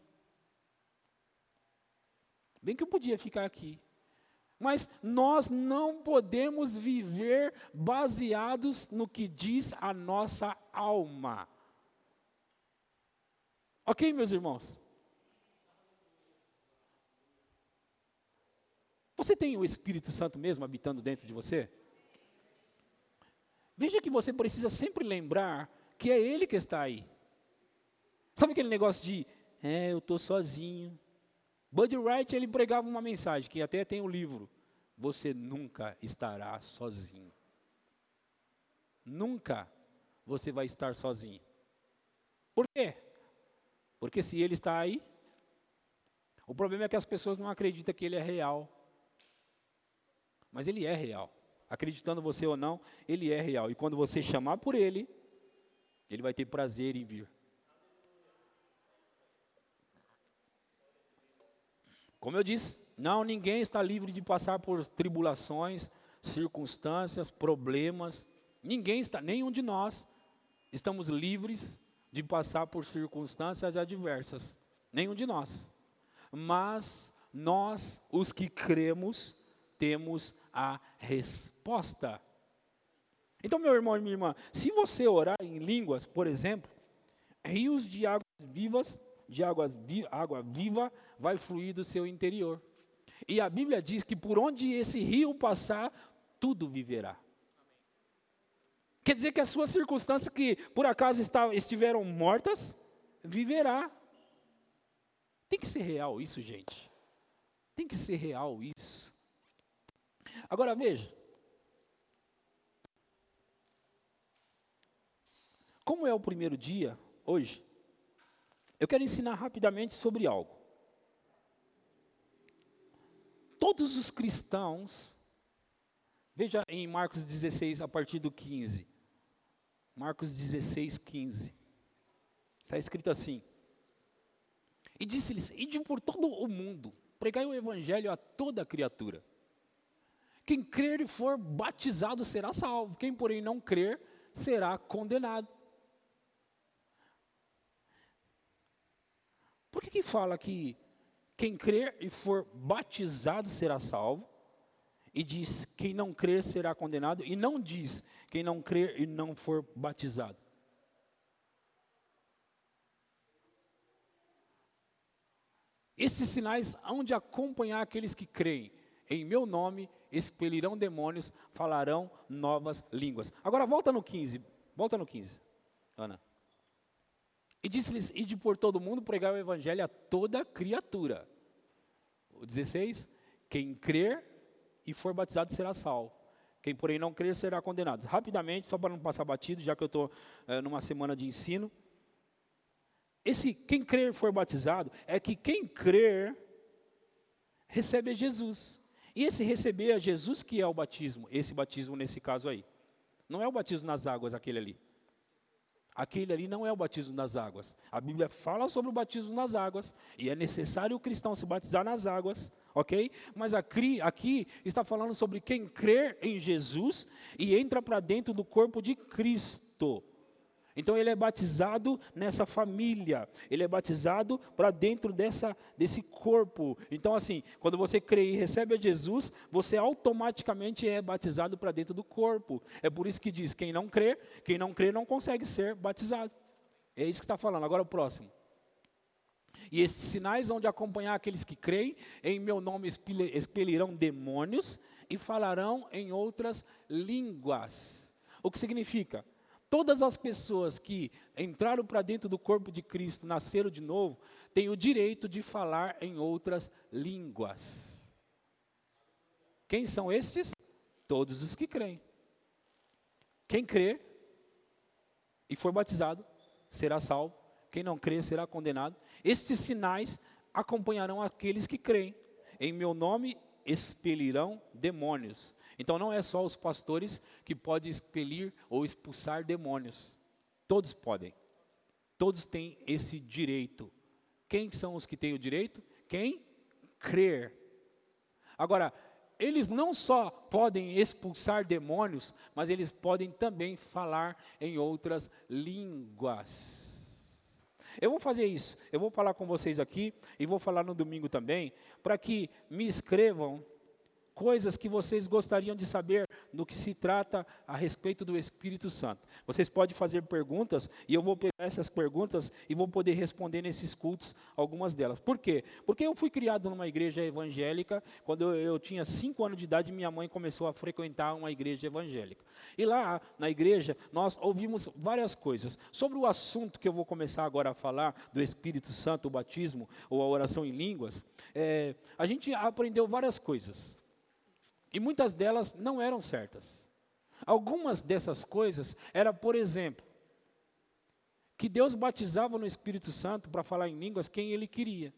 bem que eu podia ficar aqui. Mas nós não podemos viver baseados no que diz a nossa alma. Ok, meus irmãos? Você tem o Espírito Santo mesmo habitando dentro de você? Veja que você precisa sempre lembrar que é Ele que está aí. Sabe aquele negócio de, é, eu estou sozinho. Buddy Wright, ele pregava uma mensagem, que até tem um livro. Você nunca estará sozinho. Nunca você vai estar sozinho. Por quê? Porque se Ele está aí, o problema é que as pessoas não acreditam que Ele é real. Mas Ele é real. Acreditando você ou não, Ele é real. E quando você chamar por Ele, Ele vai ter prazer em vir. Como eu disse, não, ninguém está livre de passar por tribulações, circunstâncias, problemas. Ninguém está, nenhum de nós estamos livres de passar por circunstâncias adversas. Nenhum de nós. Mas nós, os que cremos, temos a resposta. Então, meu irmão e minha irmã, se você orar em línguas, por exemplo, rios de águas vivas, de águas vi, água viva, vai fluir do seu interior. E a Bíblia diz que por onde esse rio passar, tudo viverá. Quer dizer que as suas circunstâncias que por acaso está, estiveram mortas, viverá. Tem que ser real isso, gente. Tem que ser real isso. Agora veja. Como é o primeiro dia, hoje, eu quero ensinar rapidamente sobre algo. Todos os cristãos, veja em Marcos dezesseis, a partir do quinze. Marcos dezesseis, quinze. Está escrito assim. E disse-lhes, ide por todo o mundo, pregai o evangelho a toda criatura. Quem crer e for batizado será salvo, quem porém não crer será condenado. Por que que fala que quem crer e for batizado será salvo? E diz, quem não crer será condenado, e não diz, quem não crer e não for batizado. Esses sinais hão de acompanhar aqueles que creem. Em meu nome expelirão demônios, falarão novas línguas. Agora volta no quinze, volta no quinze, Ana. E disse-lhes, ide por todo mundo, pregar o evangelho a toda criatura. O dezesseis, quem crer e for batizado será salvo. Quem porém não crer será condenado. Rapidamente, só para não passar batido, já que eu estou é, numa semana de ensino. Esse quem crer e for batizado, é que quem crer, recebe a Jesus. E esse receber a Jesus que é o batismo, esse batismo nesse caso aí. Não é o batismo nas águas, aquele ali. Aquele ali não é o batismo nas águas. A Bíblia fala sobre o batismo nas águas, e é necessário o cristão se batizar nas águas, ok? Mas aqui, aqui está falando sobre quem crer em Jesus e entra para dentro do corpo de Cristo. Então ele é batizado nessa família, ele é batizado para dentro dessa, desse corpo. Então assim, quando você crê e recebe a Jesus, você automaticamente é batizado para dentro do corpo. É por isso que diz, quem não crê, quem não crê não consegue ser batizado. É isso que está falando. Agora o próximo. E esses sinais vão de acompanhar aqueles que creem, em meu nome expelirão demônios e falarão em outras línguas. O que significa? Todas as pessoas que entraram para dentro do corpo de Cristo, nasceram de novo, têm o direito de falar em outras línguas. Quem são estes? Todos os que creem. Quem crê e for batizado, será salvo. Quem não crê, será condenado. Estes sinais acompanharão aqueles que creem. Em meu nome expelirão demônios. Então não é só os pastores que podem expelir ou expulsar demônios. Todos podem. Todos têm esse direito. Quem são os que têm o direito? Quem crer. Agora, eles não só podem expulsar demônios, mas eles podem também falar em outras línguas. Eu vou fazer isso. Eu vou falar com vocês aqui e vou falar no domingo também, para que me escrevam coisas que vocês gostariam de saber no que se trata a respeito do Espírito Santo. Vocês podem fazer perguntas e eu vou pegar essas perguntas e vou poder responder nesses cultos algumas delas. Por quê? Porque eu fui criado numa igreja evangélica. Quando eu, eu tinha cinco anos de idade, minha mãe começou a frequentar uma igreja evangélica. E lá na igreja nós ouvimos várias coisas. Sobre o assunto que eu vou começar agora a falar, do Espírito Santo, o batismo ou a oração em línguas, é, a gente aprendeu várias coisas. E muitas delas não eram certas. Algumas dessas coisas era, por exemplo, que Deus batizava no Espírito Santo para falar em línguas quem Ele queria.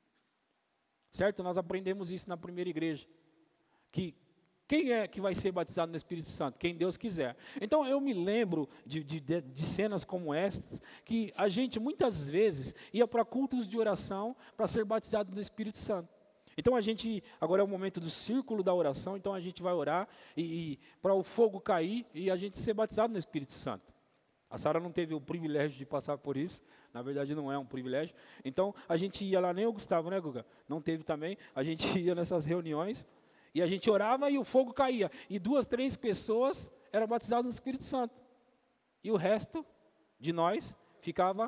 Certo? Nós aprendemos isso na primeira igreja. Que quem é que vai ser batizado no Espírito Santo? Quem Deus quiser. Então eu me lembro de, de, de cenas como estas, que a gente muitas vezes ia para cultos de oração para ser batizado no Espírito Santo. Então a gente, agora é o momento do círculo da oração, então a gente vai orar e, e para o fogo cair e a gente ser batizado no Espírito Santo. A Sara não teve o privilégio de passar por isso. Na verdade, não é um privilégio. Então, a gente ia lá, nem o Gustavo, né, Guga? Não teve também. A gente ia nessas reuniões e a gente orava e o fogo caía. E duas, três pessoas eram batizadas no Espírito Santo. E o resto de nós ficava...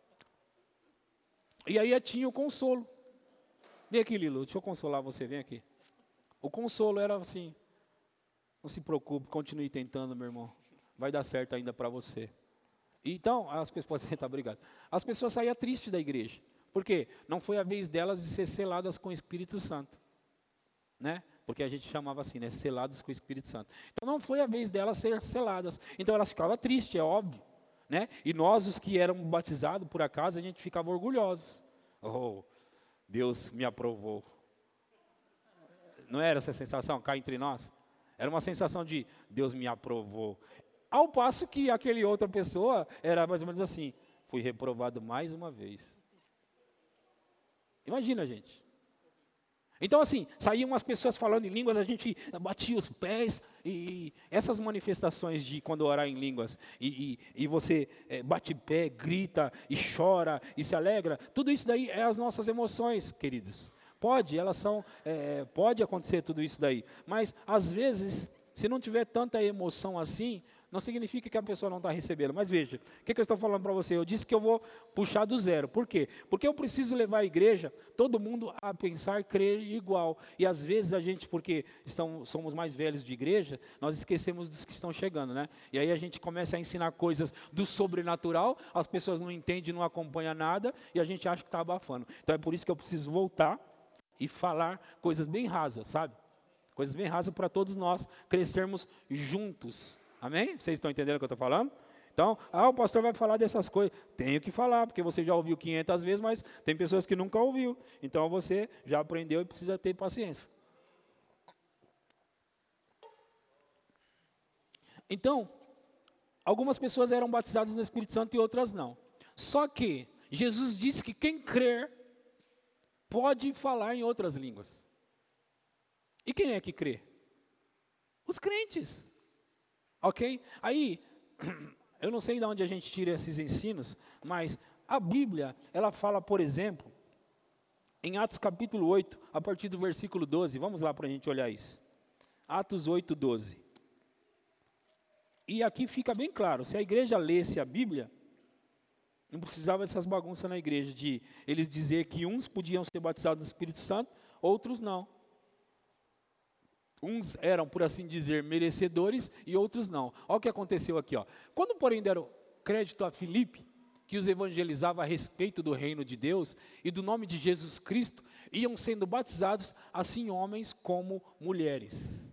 E aí tinha o consolo. Vem aqui, Lilo, deixa eu consolar você, vem aqui. O consolo era assim, não se preocupe, continue tentando, meu irmão. Vai dar certo ainda para você. Então, as pessoas, tá, obrigado. As pessoas saíam tristes da igreja. Por quê? Não foi a vez delas de ser seladas com o Espírito Santo. Né? Porque a gente chamava assim, né? Selados com o Espírito Santo. Então, não foi a vez delas ser seladas. Então, elas ficavam tristes, é óbvio. Né? E nós, os que éramos batizados, por acaso, a gente ficava orgulhosos. Oh, Deus me aprovou. Não era essa sensação cá entre nós? Era uma sensação de Deus me aprovou. Ao passo que aquele outra pessoa era mais ou menos assim, fui reprovado mais uma vez. Imagina, gente. Então assim, saíam as pessoas falando em línguas, a gente batia os pés, e essas manifestações de quando orar em línguas, e, e, e você é, bate pé, grita, e chora, e se alegra, tudo isso daí é as nossas emoções, queridos. Pode, elas são, é, pode acontecer tudo isso daí, mas às vezes, se não tiver tanta emoção assim, não significa que a pessoa não está recebendo. Mas veja, o que, que eu estou falando para você? Eu disse que eu vou puxar do zero. Por quê? Porque eu preciso levar a igreja, todo mundo a pensar, crer igual. E às vezes a gente, porque estão, somos mais velhos de igreja, nós esquecemos dos que estão chegando, né? E aí a gente começa a ensinar coisas do sobrenatural, as pessoas não entendem, não acompanham nada, e a gente acha que está abafando. Então é por isso que eu preciso voltar e falar coisas bem rasas, sabe? Coisas bem rasas para todos nós crescermos juntos. Amém? Vocês estão entendendo o que eu estou falando? Então, ah, o pastor vai falar dessas coisas. Tenho que falar, porque você já ouviu quinhentas vezes, mas tem pessoas que nunca ouviu. Então, você já aprendeu e precisa ter paciência. Então, algumas pessoas eram batizadas no Espírito Santo e outras não. Só que Jesus disse que quem crer pode falar em outras línguas. E quem é que crê? Os crentes. Ok? Aí, eu não sei de onde a gente tira esses ensinos, mas a Bíblia, ela fala, por exemplo, em Atos capítulo oito, a partir do versículo doze, vamos lá para a gente olhar isso. Atos oito, doze. E aqui fica bem claro, se a igreja lesse a Bíblia, não precisava dessas bagunças na igreja, de eles dizer que uns podiam ser batizados no Espírito Santo, outros não. Uns eram, por assim dizer, merecedores e outros não. Olha o que aconteceu aqui. Ó. Quando, porém, deram crédito a Filipe, que os evangelizava a respeito do reino de Deus e do nome de Jesus Cristo, iam sendo batizados, assim homens como mulheres.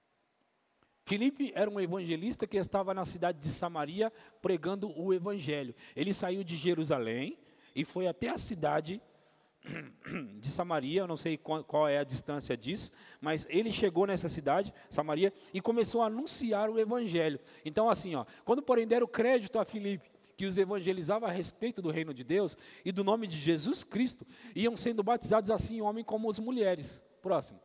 Filipe era um evangelista que estava na cidade de Samaria pregando o evangelho. Ele saiu de Jerusalém e foi até a cidade de Samaria, eu não sei qual, qual é a distância disso, mas ele chegou nessa cidade, Samaria, e começou a anunciar o evangelho. Então assim, ó, quando porém deram crédito a Filipe, que os evangelizava a respeito do reino de Deus e do nome de Jesus Cristo, iam sendo batizados assim homens como as mulheres. Próximo.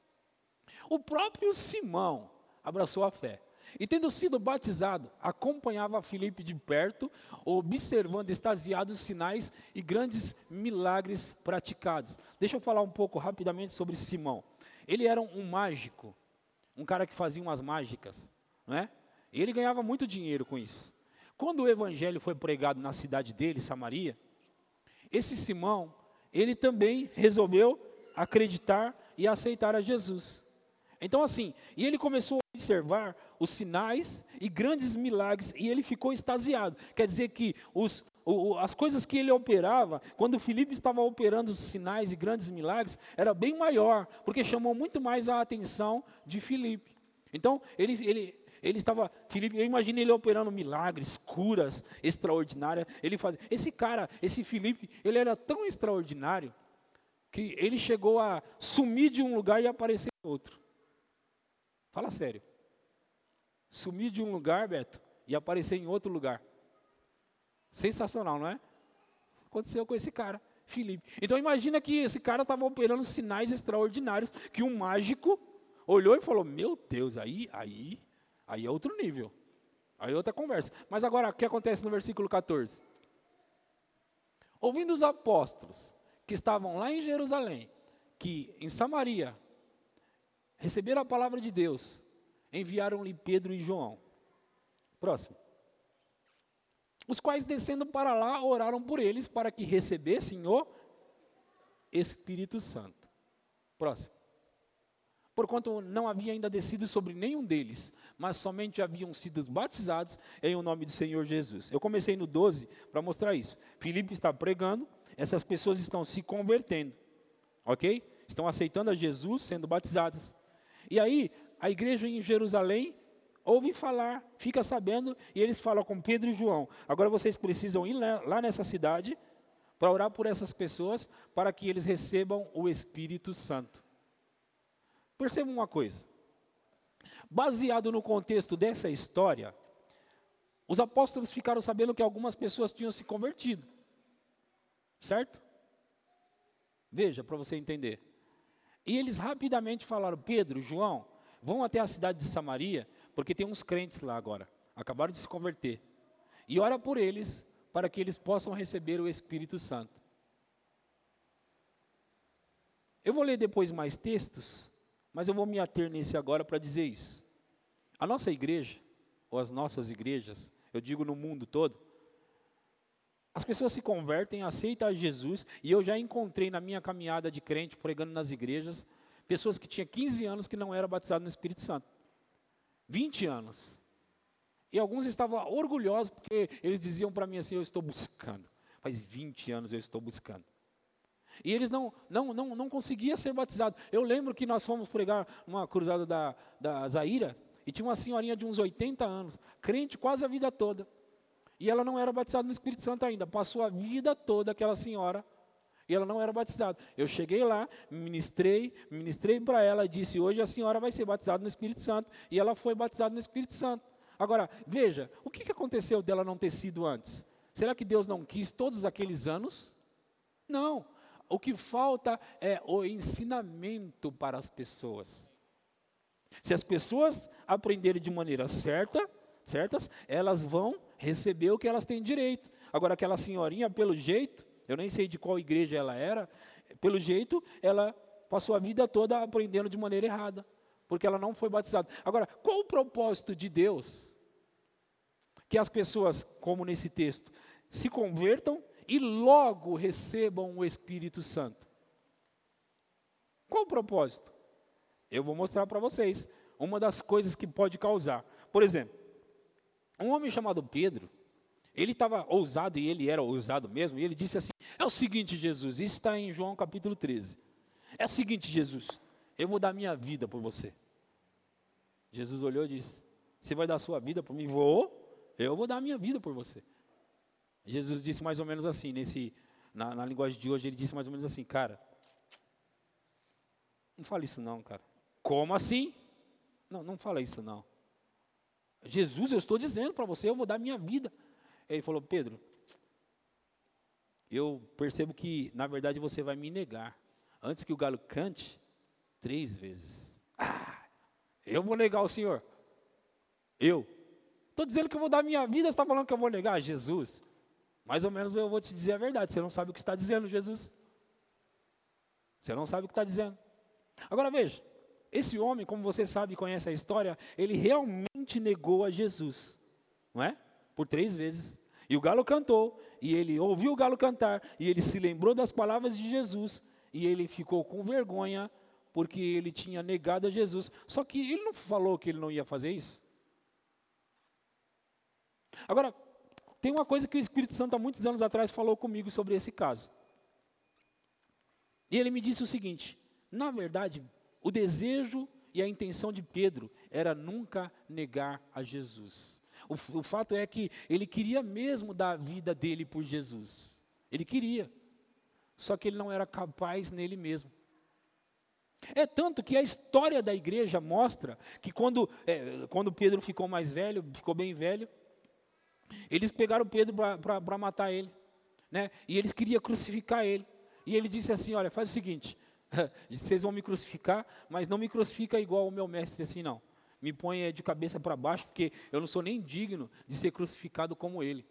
O próprio Simão abraçou a fé. E tendo sido batizado, acompanhava Filipe de perto, observando extasiado os sinais e grandes milagres praticados. Deixa eu falar um pouco rapidamente sobre Simão. Ele era um mágico, um cara que fazia umas mágicas, não é? E ele ganhava muito dinheiro com isso. Quando o evangelho foi pregado na cidade dele, Samaria, esse Simão, ele também resolveu acreditar e aceitar a Jesus. Então assim, e ele começou a observar os sinais e grandes milagres, e ele ficou extasiado. Quer dizer que os, o, as coisas que ele operava, quando Filipe estava operando os sinais e grandes milagres, era bem maior, porque chamou muito mais a atenção de Filipe. Então, ele, ele, ele estava, Filipe, eu imagino ele operando milagres, curas extraordinárias, ele fazia, esse cara, esse Filipe, ele era tão extraordinário, que ele chegou a sumir de um lugar e aparecer em outro. Fala sério. Sumir de um lugar, Beto, e aparecer em outro lugar. Sensacional, não é? Aconteceu com esse cara, Filipe. Então imagina que esse cara estava operando sinais extraordinários, que um mágico olhou e falou, meu Deus, aí, aí, aí é outro nível. Aí outra conversa. Mas agora, o que acontece no versículo quatorze? Ouvindo os apóstolos que estavam lá em Jerusalém, que em Samaria receberam a palavra de Deus, enviaram-lhe Pedro e João. Próximo. Os quais, descendo para lá, oraram por eles para que recebessem o Espírito Santo. Próximo. Porquanto não havia ainda descido sobre nenhum deles, mas somente haviam sido batizados em o nome do Senhor Jesus. Eu comecei no doze para mostrar isso. Filipe está pregando, essas pessoas estão se convertendo, ok? Estão aceitando a Jesus, sendo batizadas. E aí, a igreja em Jerusalém ouve falar, fica sabendo, e eles falam com Pedro e João. Agora vocês precisam ir lá, lá nessa cidade para orar por essas pessoas, para que eles recebam o Espírito Santo. Percebam uma coisa. Baseado no contexto dessa história, os apóstolos ficaram sabendo que algumas pessoas tinham se convertido. Certo? Veja, para você entender. E eles rapidamente falaram, Pedro, João, vão até a cidade de Samaria, porque tem uns crentes lá agora, acabaram de se converter. E ora por eles, para que eles possam receber o Espírito Santo. Eu vou ler depois mais textos, mas eu vou me ater nesse agora para dizer isso. A nossa igreja, ou as nossas igrejas, eu digo no mundo todo, as pessoas se convertem, aceitam a Jesus, e eu já encontrei na minha caminhada de crente, pregando nas igrejas, pessoas que tinham quinze anos que não eram batizadas no Espírito Santo. vinte anos. E alguns estavam orgulhosos, porque eles diziam para mim assim, eu estou buscando. Faz vinte anos eu estou buscando. E eles não, não, não, não conseguiam ser batizados. Eu lembro que nós fomos pregar uma cruzada da, da Zaira, e tinha uma senhorinha de uns oitenta anos, crente quase a vida toda. E ela não era batizada no Espírito Santo ainda. Passou a vida toda aquela senhora, e ela não era batizada. Eu cheguei lá, ministrei, ministrei para ela e disse, hoje a senhora vai ser batizada no Espírito Santo. E ela foi batizada no Espírito Santo. Agora, veja, o que aconteceu dela não ter sido antes? Será que Deus não quis todos aqueles anos? Não. O que falta é o ensinamento para as pessoas. Se as pessoas aprenderem de maneira certa, certas, elas vão receber o que elas têm direito. Agora, aquela senhorinha, pelo jeito, eu nem sei de qual igreja ela era, pelo jeito, ela passou a vida toda aprendendo de maneira errada, porque ela não foi batizada. Agora, qual o propósito de Deus? Que as pessoas, como nesse texto, se convertam e logo recebam o Espírito Santo. Qual o propósito? Eu vou mostrar para vocês uma das coisas que pode causar. Por exemplo, um homem chamado Pedro, ele estava ousado, e ele era ousado mesmo, e ele disse assim, é o seguinte, Jesus, isso está em João capítulo treze, é o seguinte, Jesus, eu vou dar minha vida por você. Jesus olhou e disse, você vai dar a sua vida por mim? Vou, eu vou dar a minha vida por você. Jesus disse mais ou menos assim, nesse, na, na linguagem de hoje, ele disse mais ou menos assim, cara, não fala isso não, cara. Como assim? Não, não fala isso não. Jesus, eu estou dizendo para você, eu vou dar minha vida. Ele falou, Pedro, eu percebo que, na verdade, você vai me negar. Antes que o galo cante, três vezes. Ah, eu vou negar o Senhor. Eu. Estou dizendo que eu vou dar minha vida, você está falando que eu vou negar? Jesus, mais ou menos eu vou te dizer a verdade. Você não sabe o que está dizendo, Jesus. Você não sabe o que está dizendo. Agora veja, esse homem, como você sabe e conhece a história, ele realmente negou a Jesus, não é? Por três vezes. E o galo cantou, e ele ouviu o galo cantar, e ele se lembrou das palavras de Jesus, e ele ficou com vergonha, porque ele tinha negado a Jesus. Só que ele não falou que ele não ia fazer isso. Agora, tem uma coisa que o Espírito Santo há muitos anos atrás falou comigo sobre esse caso. E ele me disse o seguinte, na verdade, o desejo e a intenção de Pedro era nunca negar a Jesus. O, o fato é que ele queria mesmo dar a vida dele por Jesus. Ele queria. Só que ele não era capaz nele mesmo. É tanto que a história da igreja mostra que quando, é, quando Pedro ficou mais velho, ficou bem velho, eles pegaram Pedro para matar ele, né? E eles queriam crucificar ele. E ele disse assim, olha, faz o seguinte, vocês vão me crucificar, mas não me crucifica igual o meu mestre assim não. me põe de cabeça para baixo, porque eu não sou nem digno de ser crucificado como ele.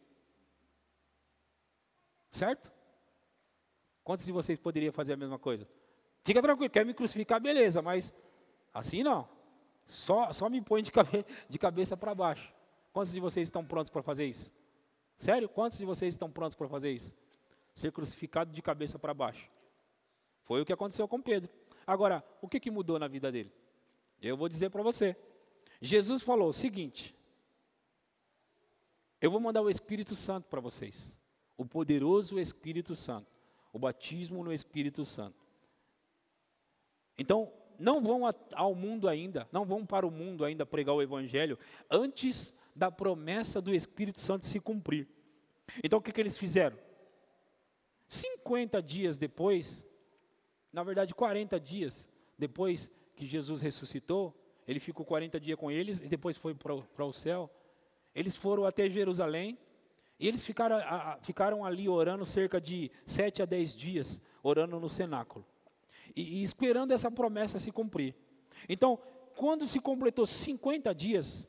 Certo? Quantos de vocês poderiam fazer a mesma coisa? Fica tranquilo, quer me crucificar, beleza, mas assim não. Só, só me põe de, cabe, de cabeça para baixo. Quantos de vocês estão prontos para fazer isso? Sério? Quantos de vocês estão prontos para fazer isso? Ser crucificado de cabeça para baixo. Foi o que aconteceu com Pedro. Agora, o que, que mudou na vida dele? Eu vou dizer para você. Jesus falou o seguinte: eu vou mandar o Espírito Santo para vocês. O poderoso Espírito Santo. O batismo no Espírito Santo. Então, não vão ao mundo ainda, não vão para o mundo ainda pregar o Evangelho, antes da promessa do Espírito Santo se cumprir. Então, o que, que eles fizeram? cinquenta dias depois, na verdade quarenta dias depois que Jesus ressuscitou, ele ficou quarenta dias com eles e depois foi para o céu. Eles foram até Jerusalém e eles ficaram, a, ficaram ali orando cerca de sete a dez dias, orando no cenáculo. E, e esperando essa promessa se cumprir. Então, quando se completou cinquenta dias,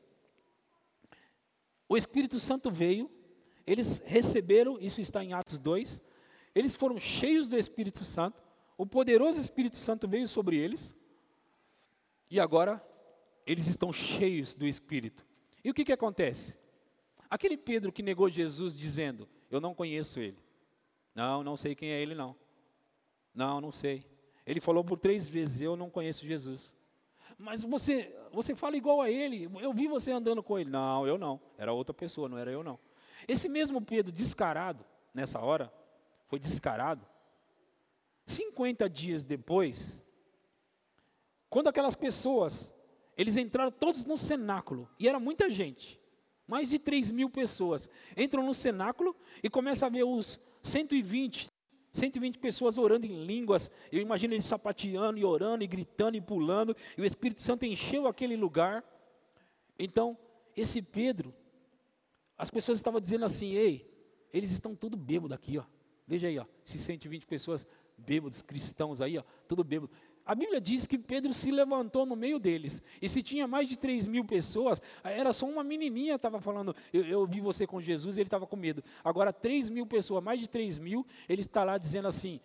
o Espírito Santo veio, eles receberam, isso está em Atos dois, eles foram cheios do Espírito Santo, o poderoso Espírito Santo veio sobre eles, e agora eles estão cheios do Espírito. E o que, que acontece? Aquele Pedro que negou Jesus dizendo, eu não conheço ele. Não, não sei quem é ele não. Não, não sei. Ele falou por três vezes, eu não conheço Jesus. Mas você, você fala igual a ele, eu vi você andando com ele. Não, eu não, era outra pessoa, não era eu não. Esse mesmo Pedro descarado, nessa hora, foi descarado. cinquenta dias depois, quando aquelas pessoas, eles entraram todos no cenáculo, e era muita gente, mais de três mil pessoas, entram no cenáculo e começam a ver os cento e vinte pessoas orando em línguas. Eu imagino eles sapateando e orando e gritando e pulando, e o Espírito Santo encheu aquele lugar. Então, esse Pedro, as pessoas estavam dizendo assim, ei, eles estão tudo bêbados aqui, ó. Veja aí, ó, esses cento e vinte pessoas bêbados, cristãos aí, ó, tudo bêbado. A Bíblia diz que Pedro se levantou no meio deles, e se tinha mais de três mil pessoas, era só uma menininha estava falando, eu, eu vi você com Jesus, e ele estava com medo. Agora três mil pessoas, mais de três mil, ele está lá dizendo assim,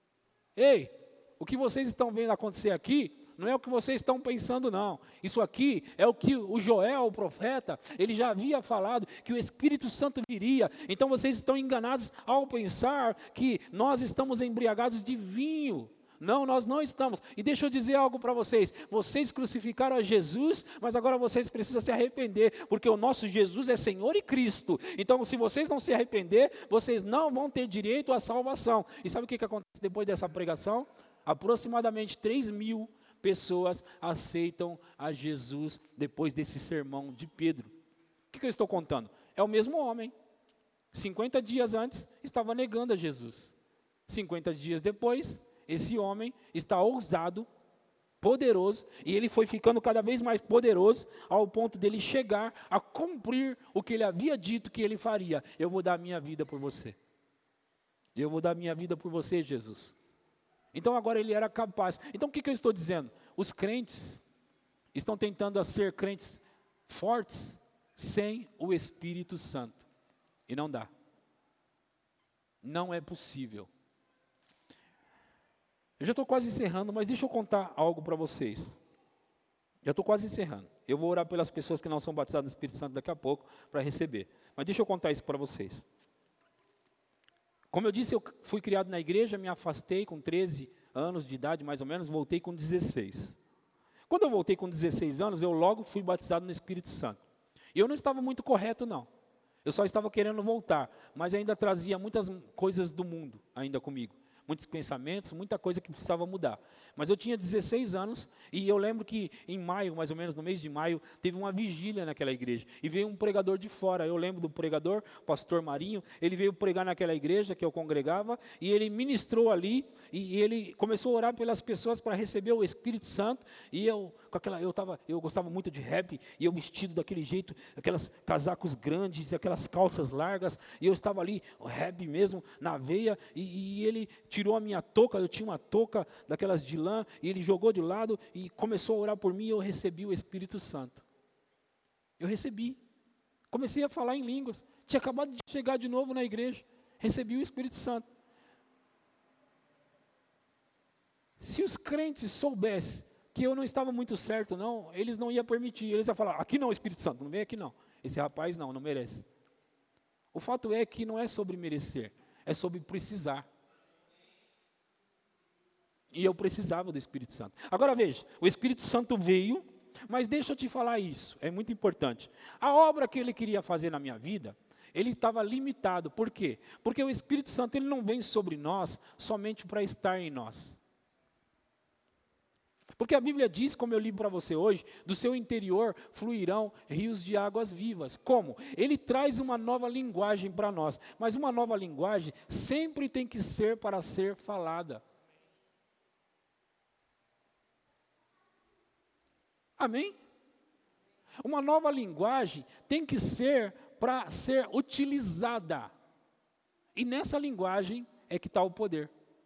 ei, o que vocês estão vendo acontecer aqui, não é o que vocês estão pensando não, isso aqui é o que o Joel, o profeta, ele já havia falado, que o Espírito Santo viria, então vocês estão enganados ao pensar que nós estamos embriagados de vinho. Não, nós não estamos. E deixa eu dizer algo para vocês. Vocês crucificaram a Jesus, mas agora vocês precisam se arrepender, porque o nosso Jesus é Senhor e Cristo. Então, se vocês não se arrepender, vocês não vão ter direito à salvação. E sabe o que, que acontece depois dessa pregação? Aproximadamente três mil pessoas aceitam a Jesus depois desse sermão de Pedro. O que, que eu estou contando? É o mesmo homem. cinquenta dias antes, estava negando a Jesus. cinquenta dias depois, esse homem está ousado, poderoso, e ele foi ficando cada vez mais poderoso, ao ponto dele chegar a cumprir o que ele havia dito que ele faria. Eu vou dar a minha vida por você. Eu vou dar a minha vida por você, Jesus. Então agora ele era capaz. Então o que, que eu estou dizendo? Os crentes estão tentando ser crentes fortes sem o Espírito Santo. E não dá. Não é possível. Eu já estou quase encerrando, mas deixa eu contar algo para vocês. Já estou quase encerrando. Eu vou orar pelas pessoas que não são batizadas no Espírito Santo daqui a pouco, para receber. Mas deixa eu contar isso para vocês. Como eu disse, eu fui criado na igreja, me afastei com treze anos de idade, mais ou menos, voltei com dezesseis. Quando eu voltei com dezesseis anos, eu logo fui batizado no Espírito Santo. E eu não estava muito correto, não. Eu só estava querendo voltar, mas ainda trazia muitas coisas do mundo ainda comigo. Muitos pensamentos, muita coisa que precisava mudar. Mas eu tinha dezesseis anos e eu lembro que em maio, mais ou menos no mês de maio, teve uma vigília naquela igreja. E veio um pregador de fora. Eu lembro do pregador, pastor Marinho, ele veio pregar naquela igreja que eu congregava e ele ministrou ali e, e ele começou a orar pelas pessoas para receber o Espírito Santo. E eu, com aquela, eu, tava, eu gostava muito de rap e eu vestido daquele jeito, aquelas casacos grandes, aquelas calças largas. E eu estava ali, o rap mesmo, na veia e, e ele tirou a minha touca, eu tinha uma touca daquelas de lã, e ele jogou de lado e começou a orar por mim e eu recebi o Espírito Santo. Eu recebi. Comecei a falar em línguas. Tinha acabado de chegar de novo na igreja. Recebi o Espírito Santo. Se os crentes soubessem que eu não estava muito certo, não, eles não iam permitir. Eles iam falar, aqui não, Espírito Santo, não vem aqui não. Esse rapaz não, não merece. O fato é que não é sobre merecer, é sobre precisar. E eu precisava do Espírito Santo. Agora veja, o Espírito Santo veio, mas deixa eu te falar isso, é muito importante. A obra que ele queria fazer na minha vida, ele estava limitado. Por quê? Porque o Espírito Santo ele não vem sobre nós somente para estar em nós. Porque a Bíblia diz, como eu li para você hoje, do seu interior fluirão rios de águas vivas. Como? Ele traz uma nova linguagem para nós, mas uma nova linguagem sempre tem que ser para ser falada. Amém? Uma nova linguagem tem que ser para ser utilizada. E nessa linguagem é que está o poder.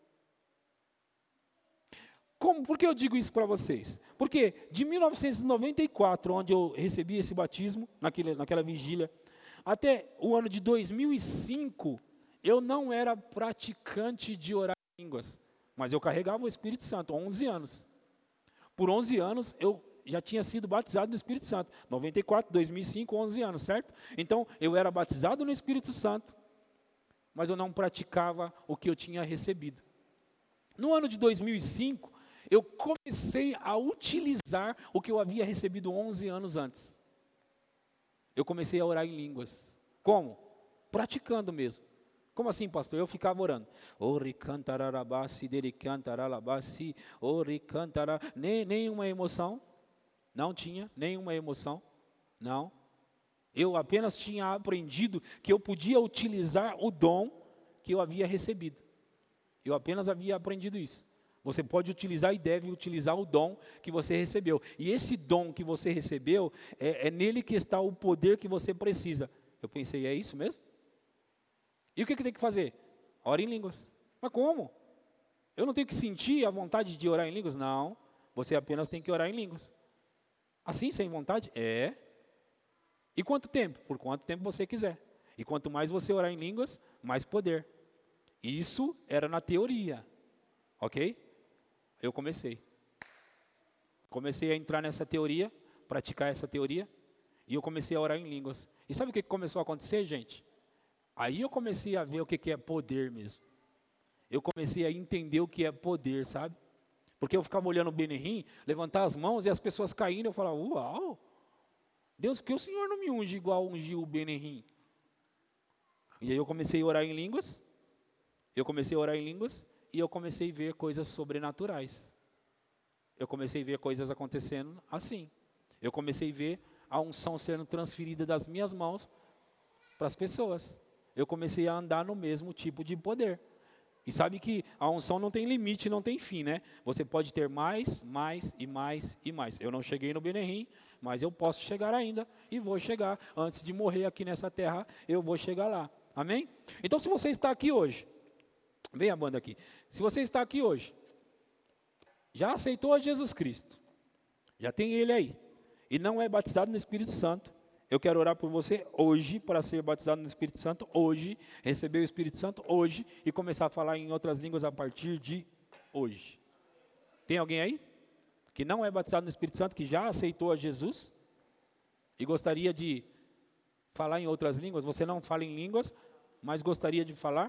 Como? Por que eu digo isso para vocês? Porque de mil novecentos e noventa e quatro, onde eu recebi esse batismo, naquele, naquela vigília, até o ano de dois mil e cinco, eu não era praticante de orar em línguas, mas eu carregava o Espírito Santo, onze anos. Por onze anos, eu já tinha sido batizado no Espírito Santo. noventa e quatro, dois mil e cinco, onze anos, certo? Então, eu era batizado no Espírito Santo, mas eu não praticava o que eu tinha recebido. No ano de dois mil e cinco, eu comecei a utilizar o que eu havia recebido onze anos antes. Eu comecei a orar em línguas. Como? Praticando mesmo. Como assim, pastor? Eu ficava orando. Ori cantararabasi, deri cantaralabasi, ori cantara. Nem nenhuma emoção. Não tinha nenhuma emoção. Não. Eu apenas tinha aprendido que eu podia utilizar o dom que eu havia recebido. Eu apenas havia aprendido isso. Você pode utilizar e deve utilizar o dom que você recebeu. E esse dom que você recebeu, é, é nele que está o poder que você precisa. Eu pensei, é isso mesmo? E o que, que tem que fazer? Ora em línguas. Mas como? Eu não tenho que sentir a vontade de orar em línguas? Não, você apenas tem que orar em línguas. Assim, sem vontade? É. E quanto tempo? Por quanto tempo você quiser. E quanto mais você orar em línguas, mais poder. Isso era na teoria. Ok? Eu comecei. Comecei a entrar nessa teoria, praticar essa teoria, e eu comecei a orar em línguas. E sabe o que começou a acontecer, gente? Aí eu comecei a ver o que é poder mesmo. Eu comecei a entender o que é poder, sabe? Porque eu ficava olhando o Benerim, levantar as mãos e as pessoas caindo, eu falava, uau! Deus, por que o Senhor não me unge igual ungiu o Benerim? E aí eu comecei a orar em línguas, eu comecei a orar em línguas, e eu comecei a ver coisas sobrenaturais. Eu comecei a ver coisas acontecendo assim. Eu comecei a ver a unção sendo transferida das minhas mãos para as pessoas. Eu comecei a andar no mesmo tipo de poder. E sabe que a unção não tem limite, não tem fim, né? Você pode ter mais, mais e mais e mais. Eu não cheguei no Benerim, mas eu posso chegar ainda e vou chegar. Antes de morrer aqui nessa terra, eu vou chegar lá. Amém? Então, se você está aqui hoje, vem a banda aqui. Se você está aqui hoje, já aceitou a Jesus Cristo, já tem Ele aí, e não é batizado no Espírito Santo, eu quero orar por você hoje, para ser batizado no Espírito Santo hoje, receber o Espírito Santo hoje, e começar a falar em outras línguas a partir de hoje. Tem alguém aí, que não é batizado no Espírito Santo, que já aceitou a Jesus, e gostaria de falar em outras línguas? Você não fala em línguas, mas gostaria de falar?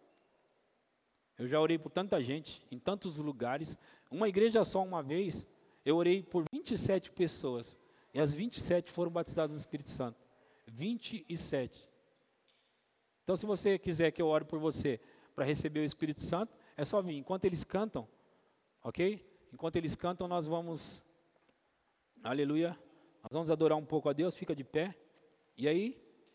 Eu já orei por tanta gente, em tantos lugares. Uma igreja só, uma vez, eu orei por vinte e sete pessoas. E as vinte e sete foram batizadas no Espírito Santo. vinte e sete. Então, se você quiser que eu ore por você para receber o Espírito Santo, é só vir. Enquanto eles cantam, ok? Enquanto eles cantam, nós vamos, aleluia, nós vamos adorar um pouco a Deus, fica de pé. E aí,